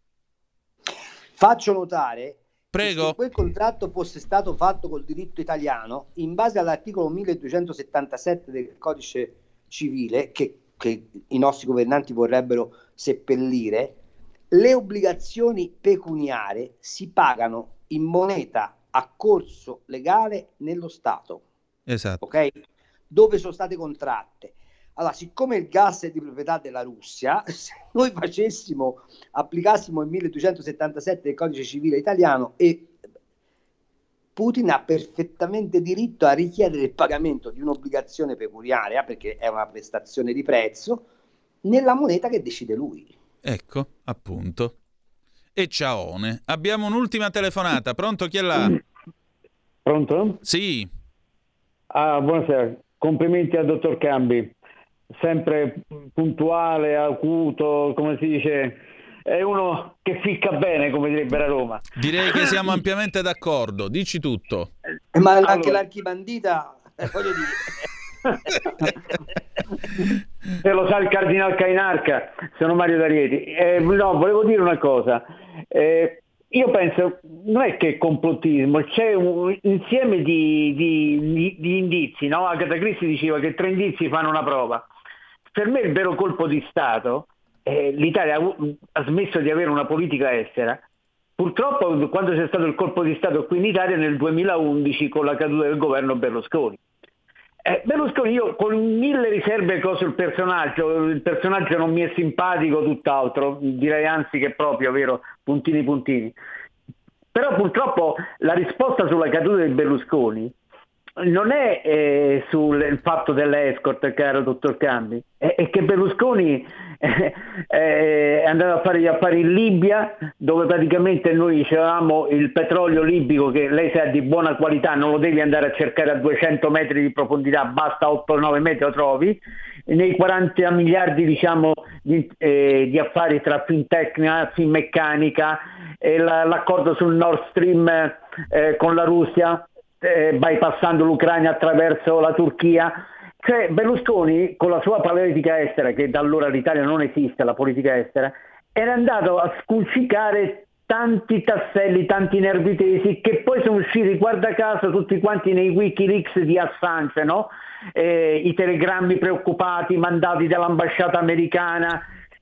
Faccio notare che se quel contratto fosse stato fatto col diritto italiano, in base all'articolo 1277 del Codice Civile, che i nostri governanti vorrebbero seppellire, le obbligazioni pecuniarie si pagano in moneta a corso legale nello Stato, ok? Dove sono state contratte. Allora, siccome il gas è di proprietà della Russia, se noi applicassimo il 1277 del codice civile italiano, e Putin ha perfettamente diritto a richiedere il pagamento di un'obbligazione pecuniaria, perché è una prestazione di prezzo, nella moneta che decide lui. Ecco, appunto. E ciaone. Abbiamo un'ultima telefonata. Pronto, chi è là? Pronto? Sì. Buonasera. Complimenti al dottor Cambi. Sempre puntuale, acuto, come si dice, è uno che ficca bene, come direbbe la Roma. Direi che siamo ampiamente d'accordo, dici tutto. Ma anche l'archibandita, voglio dire. Se lo sa il cardinal Cainarca, sono Mario D'Arieti. No, volevo dire una cosa. Io penso, non è che è complottismo, c'è un insieme di indizi, no? Agatha Christie diceva che 3 indizi fanno una prova. Per me il vero colpo di Stato, l'Italia ha smesso di avere una politica estera. Purtroppo quando c'è stato il colpo di Stato qui in Italia nel 2011 con la caduta del governo Berlusconi. Berlusconi, io con 1000 riserve sul il personaggio non mi è simpatico, tutt'altro, direi anzi che è proprio, vero, puntini. Però purtroppo la risposta sulla caduta di Berlusconi non è sul fatto delle escort, caro dottor Cambi, è che Berlusconi è andato a fare gli affari in Libia, dove praticamente noi avevamo il petrolio libico che lei sa di buona qualità, non lo devi andare a cercare a 200 metri di profondità, basta 8-9 metri lo trovi, nei 40 miliardi diciamo di affari tra Fintecna, Finmeccanica, l'accordo sul Nord Stream con la Russia, bypassando l'Ucraina attraverso la Turchia. Cioè Berlusconi con la sua politica estera, che da allora l'Italia non esiste la politica estera, era andato a sculcicare tanti tasselli, tanti nervi tesi che poi sono usciti, guarda caso, tutti quanti nei Wikileaks di Assange, no? I telegrammi preoccupati mandati dall'ambasciata americana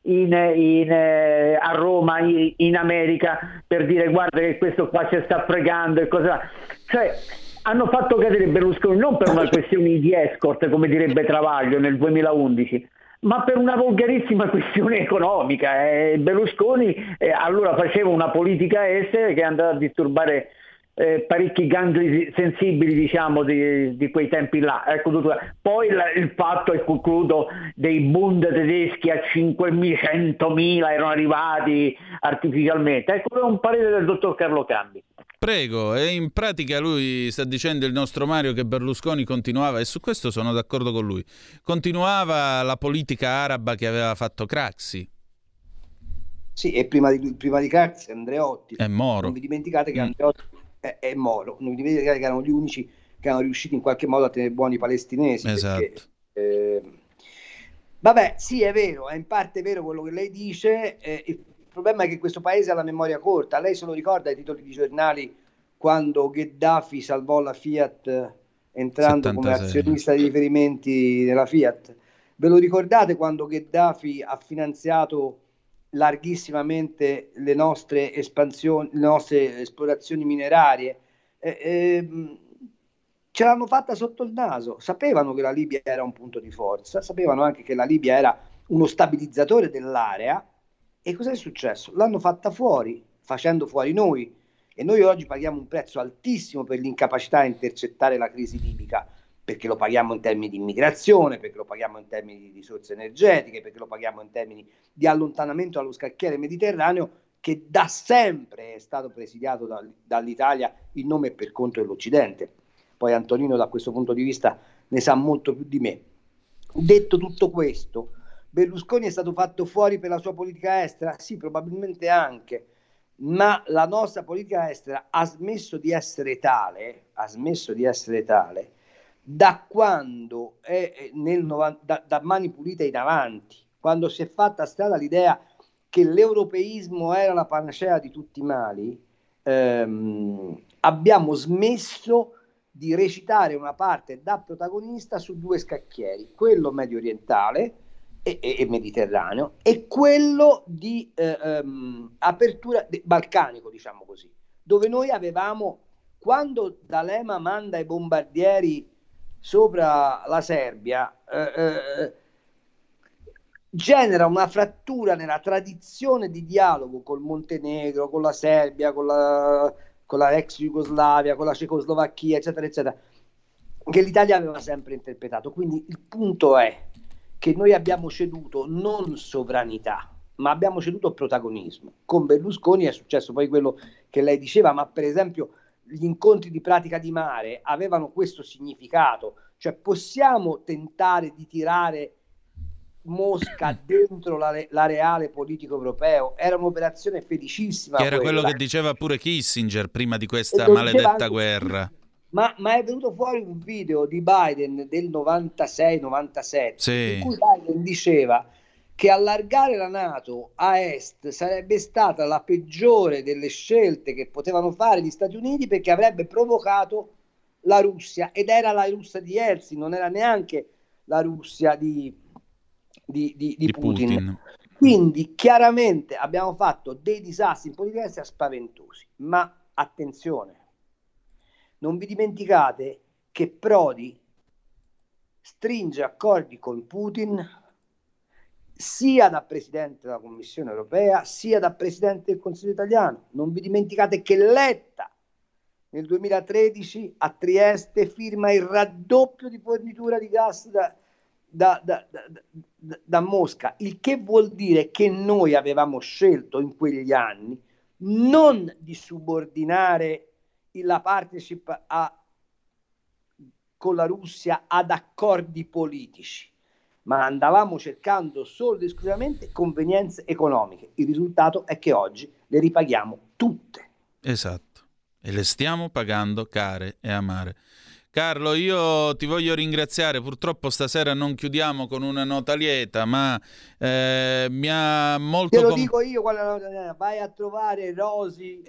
a Roma, in America, per dire guarda che questo qua ci sta fregando e così. Cioè hanno fatto cadere Berlusconi non per una questione di escort, come direbbe Travaglio nel 2011, ma per una volgarissima questione economica. Berlusconi allora faceva una politica estera che è andata a disturbare parecchi gangli sensibili, diciamo, di quei tempi là. Ecco, poi il fatto, e concludo, dei Bund tedeschi a 500.000 erano arrivati artificialmente. Ecco, è un parere del dottor Carlo Cambi. Prego, e in pratica lui sta dicendo, il nostro Mario, che Berlusconi continuava, e su questo sono d'accordo con lui, continuava la politica araba che aveva fatto Craxi. Sì, e prima di Craxi Andreotti. E Moro. Non vi dimenticate che Andreotti è Moro, non vi dimenticate che erano gli unici che erano riusciti in qualche modo a tenere buoni i palestinesi. Esatto. Perché, vabbè, sì, è vero, è in parte vero quello che lei dice. Il problema è che questo paese ha la memoria corta. Lei se lo ricorda ai titoli di giornali quando Gheddafi salvò la Fiat entrando 76. Come azionista di riferimenti nella Fiat? Ve lo ricordate quando Gheddafi ha finanziato larghissimamente le nostre espansioni, le nostre esplorazioni minerarie? Ce l'hanno fatta sotto il naso. Sapevano che la Libia era un punto di forza, sapevano anche che la Libia era uno stabilizzatore dell'area. E cosa è successo? L'hanno fatta fuori, facendo fuori noi, e noi oggi paghiamo un prezzo altissimo per l'incapacità di intercettare la crisi libica, perché lo paghiamo in termini di immigrazione, perché lo paghiamo in termini di risorse energetiche, perché lo paghiamo in termini di allontanamento dallo scacchiere mediterraneo, che da sempre è stato presidiato dall'Italia in nome e per conto dell'Occidente. Poi Antonino da questo punto di vista ne sa molto più di me. Detto tutto questo, Berlusconi è stato fatto fuori per la sua politica estera? Sì, probabilmente anche, ma la nostra politica estera ha smesso di essere tale da quando da Mani Pulite in avanti, quando si è fatta strada l'idea che l'europeismo era la panacea di tutti i mali. Abbiamo smesso di recitare una parte da protagonista su 2 scacchieri, quello medio orientale e mediterraneo, e quello di apertura balcanico, diciamo così, dove noi avevamo, quando D'Alema manda i bombardieri sopra la Serbia, genera una frattura nella tradizione di dialogo col Montenegro, con la Serbia, con la ex Jugoslavia, con la Cecoslovacchia, eccetera, eccetera, che l'Italia aveva sempre interpretato. Quindi il punto è che noi abbiamo ceduto non sovranità, ma abbiamo ceduto protagonismo. Con Berlusconi è successo poi quello che lei diceva, ma per esempio gli incontri di Pratica di Mare avevano questo significato, cioè possiamo tentare di tirare Mosca dentro l'areale politico europeo. Era un'operazione felicissima, che era quello che diceva pure Kissinger prima di questa maledetta guerra. Ma è venuto fuori un video di Biden del 96-97 sì, in cui Biden diceva che allargare la NATO a est sarebbe stata la peggiore delle scelte che potevano fare gli Stati Uniti, perché avrebbe provocato la Russia, ed era la Russia di Yeltsin, non era neanche la Russia di Putin. Quindi chiaramente abbiamo fatto dei disastri in politica estera spaventosi, ma attenzione, non vi dimenticate che Prodi stringe accordi con Putin sia da Presidente della Commissione europea sia da Presidente del Consiglio italiano. Non vi dimenticate che Letta nel 2013 a Trieste firma il raddoppio di fornitura di gas da Mosca, il che vuol dire che noi avevamo scelto in quegli anni non di subordinare la partnership con la Russia ad accordi politici, ma andavamo cercando solo ed esclusivamente convenienze economiche. Il risultato è che oggi le ripaghiamo tutte. Esatto, e le stiamo pagando care e amare. Carlo, io ti voglio ringraziare, purtroppo stasera non chiudiamo con una nota lieta, ma mi ha molto... Te lo dico io, quella nota lieta, vai a trovare Rosi.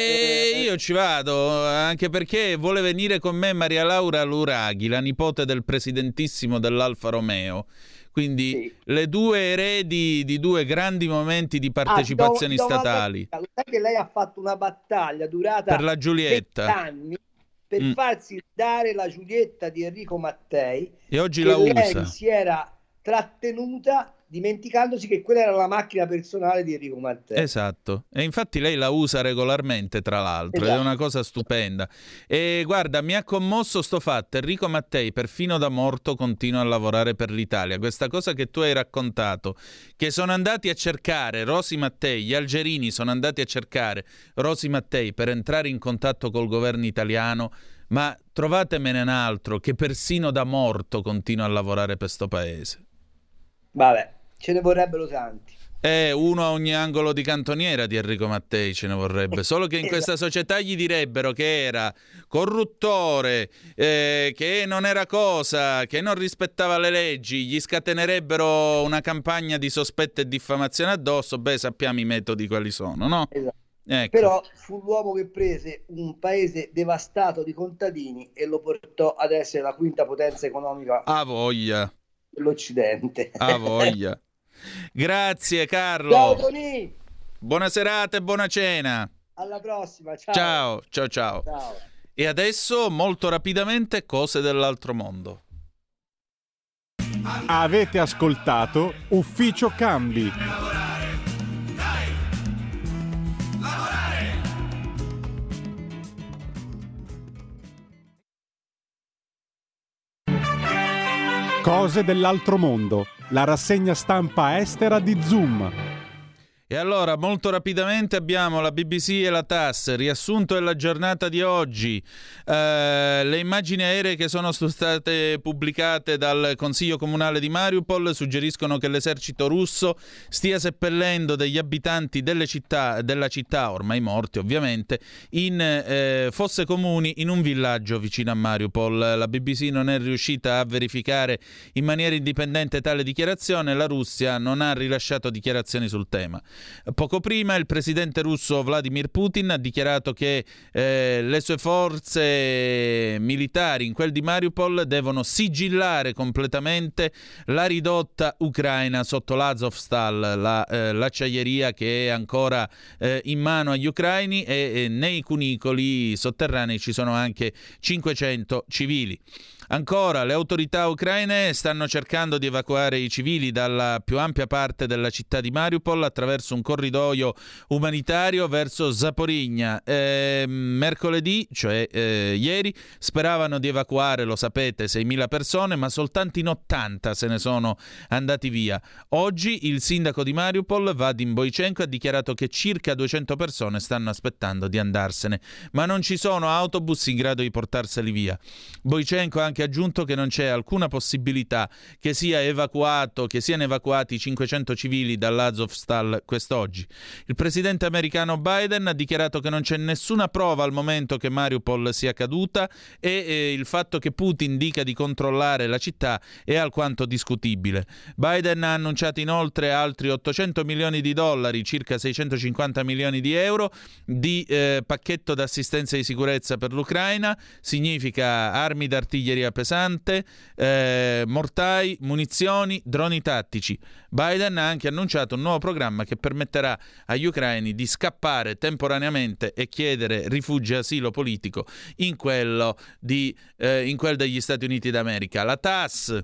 Io ci vado, anche perché vuole venire con me Maria Laura Luraghi, la nipote del presidentissimo dell'Alfa Romeo. Quindi sì, le due eredi di due grandi momenti di partecipazioni statali. Lo sai che lei ha fatto una battaglia durata per la Giulietta 20 anni per farsi dare la Giulietta di Enrico Mattei, e oggi la usa. Lei si era trattenuta dimenticandosi che quella era la macchina personale di Enrico Mattei. Esatto, e infatti lei la usa regolarmente, tra l'altro, esatto. Ed è una cosa stupenda. E guarda, mi ha commosso sto fatto: Enrico Mattei, perfino da morto, continua a lavorare per l'Italia. Questa cosa che tu hai raccontato, che sono andati a cercare Rosi Mattei, gli algerini sono andati a cercare Rosi Mattei per entrare in contatto col governo italiano, ma trovatemene un altro che persino da morto continua a lavorare per sto paese. Vabbè, ce ne vorrebbero tanti. Uno a ogni angolo di cantoniera di Enrico Mattei ce ne vorrebbe, solo che in questa società gli direbbero che era corruttore, che non era cosa, che non rispettava le leggi, gli scatenerebbero una campagna di sospetto e diffamazione addosso. Beh, sappiamo i metodi quali sono, no? Esatto. Ecco. Però fu l'uomo che prese un paese devastato di contadini e lo portò ad essere la quinta potenza economica a voglia dell'Occidente. A voglia. Grazie Carlo. Ciao Tony. Buona serata e buona cena. Alla prossima. Ciao. Ciao. E adesso molto rapidamente cose dell'altro mondo. Avete ascoltato Ufficio Cambi. Cose dell'altro mondo, la rassegna stampa estera di Zoom. E allora, molto rapidamente abbiamo la BBC e la TASS, riassunto della giornata di oggi, le immagini aeree che sono state pubblicate dal Consiglio Comunale di Mariupol suggeriscono che l'esercito russo stia seppellendo degli abitanti della città, ormai morti ovviamente, in fosse comuni in un villaggio vicino a Mariupol. La BBC non è riuscita a verificare in maniera indipendente tale dichiarazione, la Russia non ha rilasciato dichiarazioni sul tema. Poco prima il presidente russo Vladimir Putin ha dichiarato che le sue forze militari in quel di Mariupol devono sigillare completamente la ridotta ucraina sotto l'Azovstal, l'acciaieria che è ancora in mano agli ucraini, e nei cunicoli sotterranei ci sono anche 500 civili. Ancora, le autorità ucraine stanno cercando di evacuare i civili dalla più ampia parte della città di Mariupol attraverso un corridoio umanitario verso Zaporizhzhia. Mercoledì, cioè ieri, speravano di evacuare, lo sapete, 6.000 persone, ma soltanto in 80 se ne sono andati via. Oggi il sindaco di Mariupol, Vadim Boychenko, ha dichiarato che circa 200 persone stanno aspettando di andarsene, ma non ci sono autobus in grado di portarseli via. Boychenko ha anche aggiunto che non c'è alcuna possibilità che siano evacuati 500 civili dall'Azovstal quest'oggi. Il presidente americano Biden ha dichiarato che non c'è nessuna prova al momento che Mariupol sia caduta e il fatto che Putin dica di controllare la città è alquanto discutibile. Biden ha annunciato inoltre altri $800 milioni, circa 650 milioni di euro, di pacchetto d'assistenza di sicurezza per l'Ucraina. Significa armi d'artiglieria pesante, mortai, munizioni, droni tattici. Biden ha anche annunciato un nuovo programma che permetterà agli ucraini di scappare temporaneamente e chiedere rifugio e asilo politico in quel degli Stati Uniti d'America. La TASS.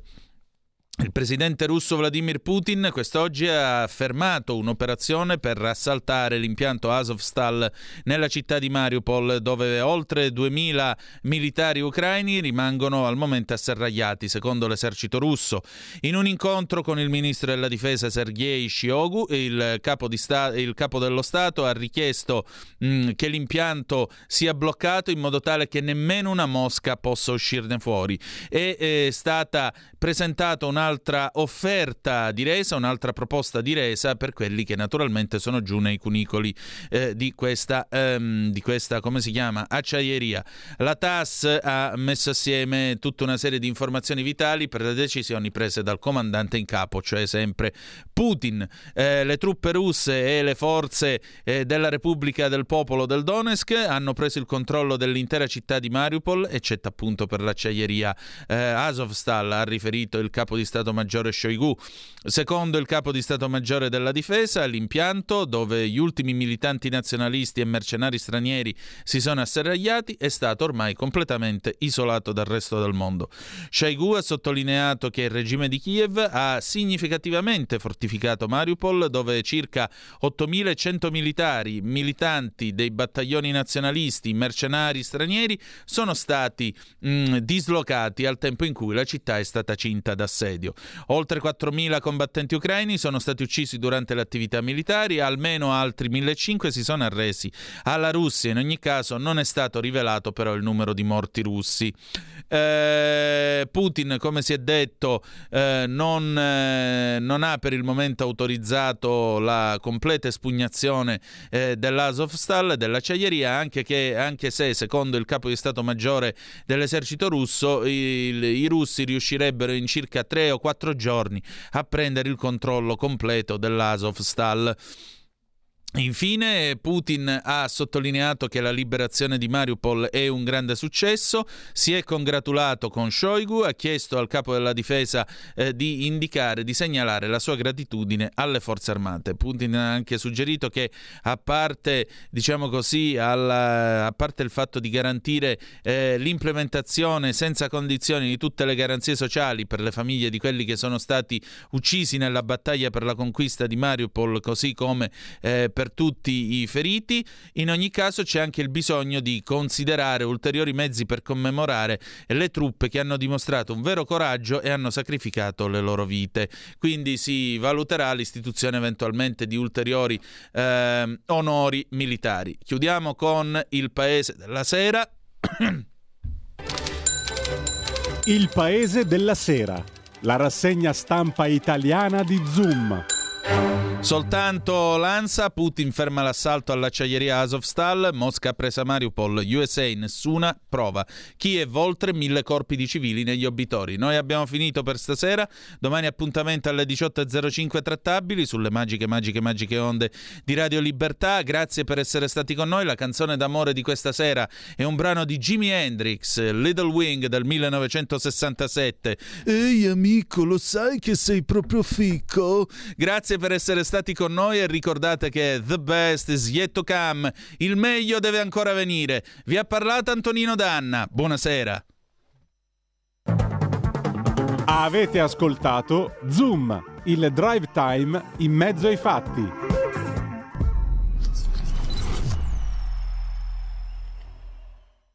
Il presidente russo Vladimir Putin quest'oggi ha fermato un'operazione per assaltare l'impianto Azovstal nella città di Mariupol, dove oltre 2.000 militari ucraini rimangono al momento asserragliati, secondo l'esercito russo. In un incontro con il ministro della difesa Sergei Shoigu, il capo dello Stato ha richiesto che l'impianto sia bloccato in modo tale che nemmeno una mosca possa uscirne fuori. È stata presentata un'altra offerta di resa, un'altra proposta di resa per quelli che naturalmente sono giù nei cunicoli di questa come si chiama, acciaieria. La TASS ha messo assieme tutta una serie di informazioni vitali per le decisioni prese dal comandante in capo, cioè sempre Putin. Le truppe russe e le forze della Repubblica del Popolo del Donetsk hanno preso il controllo dell'intera città di Mariupol, eccetto appunto per l'acciaieria Azovstal, ha riferito il capo di Stato Maggiore Shoigu. Secondo il capo di Stato Maggiore della Difesa, l'impianto dove gli ultimi militanti nazionalisti e mercenari stranieri si sono asserragliati è stato ormai completamente isolato dal resto del mondo. Shoigu ha sottolineato che il regime di Kiev ha significativamente fortificato Mariupol, dove circa 8.100 militanti dei battaglioni nazionalisti, mercenari stranieri sono stati dislocati al tempo in cui la città è stata cinta d'assedio. Oltre 4.000 combattenti ucraini sono stati uccisi durante le attività militari, almeno altri 1.500 si sono arresi alla Russia. In ogni caso non è stato rivelato però il numero di morti russi. Putin, come si è detto, non ha per il momento autorizzato la completa espugnazione dell'Azovstal, dell'acciaieria, anche se secondo il capo di Stato Maggiore dell'esercito russo i russi riuscirebbero in circa 3 o 4 giorni a prendere il controllo completo dell'Azovstal. Infine, Putin ha sottolineato che la liberazione di Mariupol è un grande successo, si è congratulato con Shoigu, ha chiesto al capo della difesa di segnalare la sua gratitudine alle forze armate. Putin ha anche suggerito che a parte il fatto di garantire l'implementazione senza condizioni di tutte le garanzie sociali per le famiglie di quelli che sono stati uccisi nella battaglia per la conquista di Mariupol, così come per tutti i feriti, in ogni caso c'è anche il bisogno di considerare ulteriori mezzi per commemorare le truppe che hanno dimostrato un vero coraggio e hanno sacrificato le loro vite. Quindi si valuterà l'istituzione eventualmente di ulteriori onori militari. Chiudiamo con il Paese della Sera. Il Paese della Sera, la rassegna stampa italiana di Zoom. Soltanto l'ANSA, Putin ferma l'assalto all'acciaieria Azovstal, Mosca presa Mariupol, USA nessuna prova, Kiev oltre 1.000 corpi di civili negli obitori. Noi abbiamo finito per stasera, domani appuntamento alle 18.05 trattabili sulle magiche onde di Radio Libertà. Grazie per essere stati con noi. La canzone d'amore di questa sera è un brano di Jimi Hendrix, Little Wing del 1967. Ehi amico, lo sai che sei proprio fico? Grazie per essere stati con noi e ricordate che the best is yet to come, il meglio deve ancora venire. Vi ha parlato Antonino Danna, buonasera. Avete ascoltato Zoom, il drive time in mezzo ai fatti.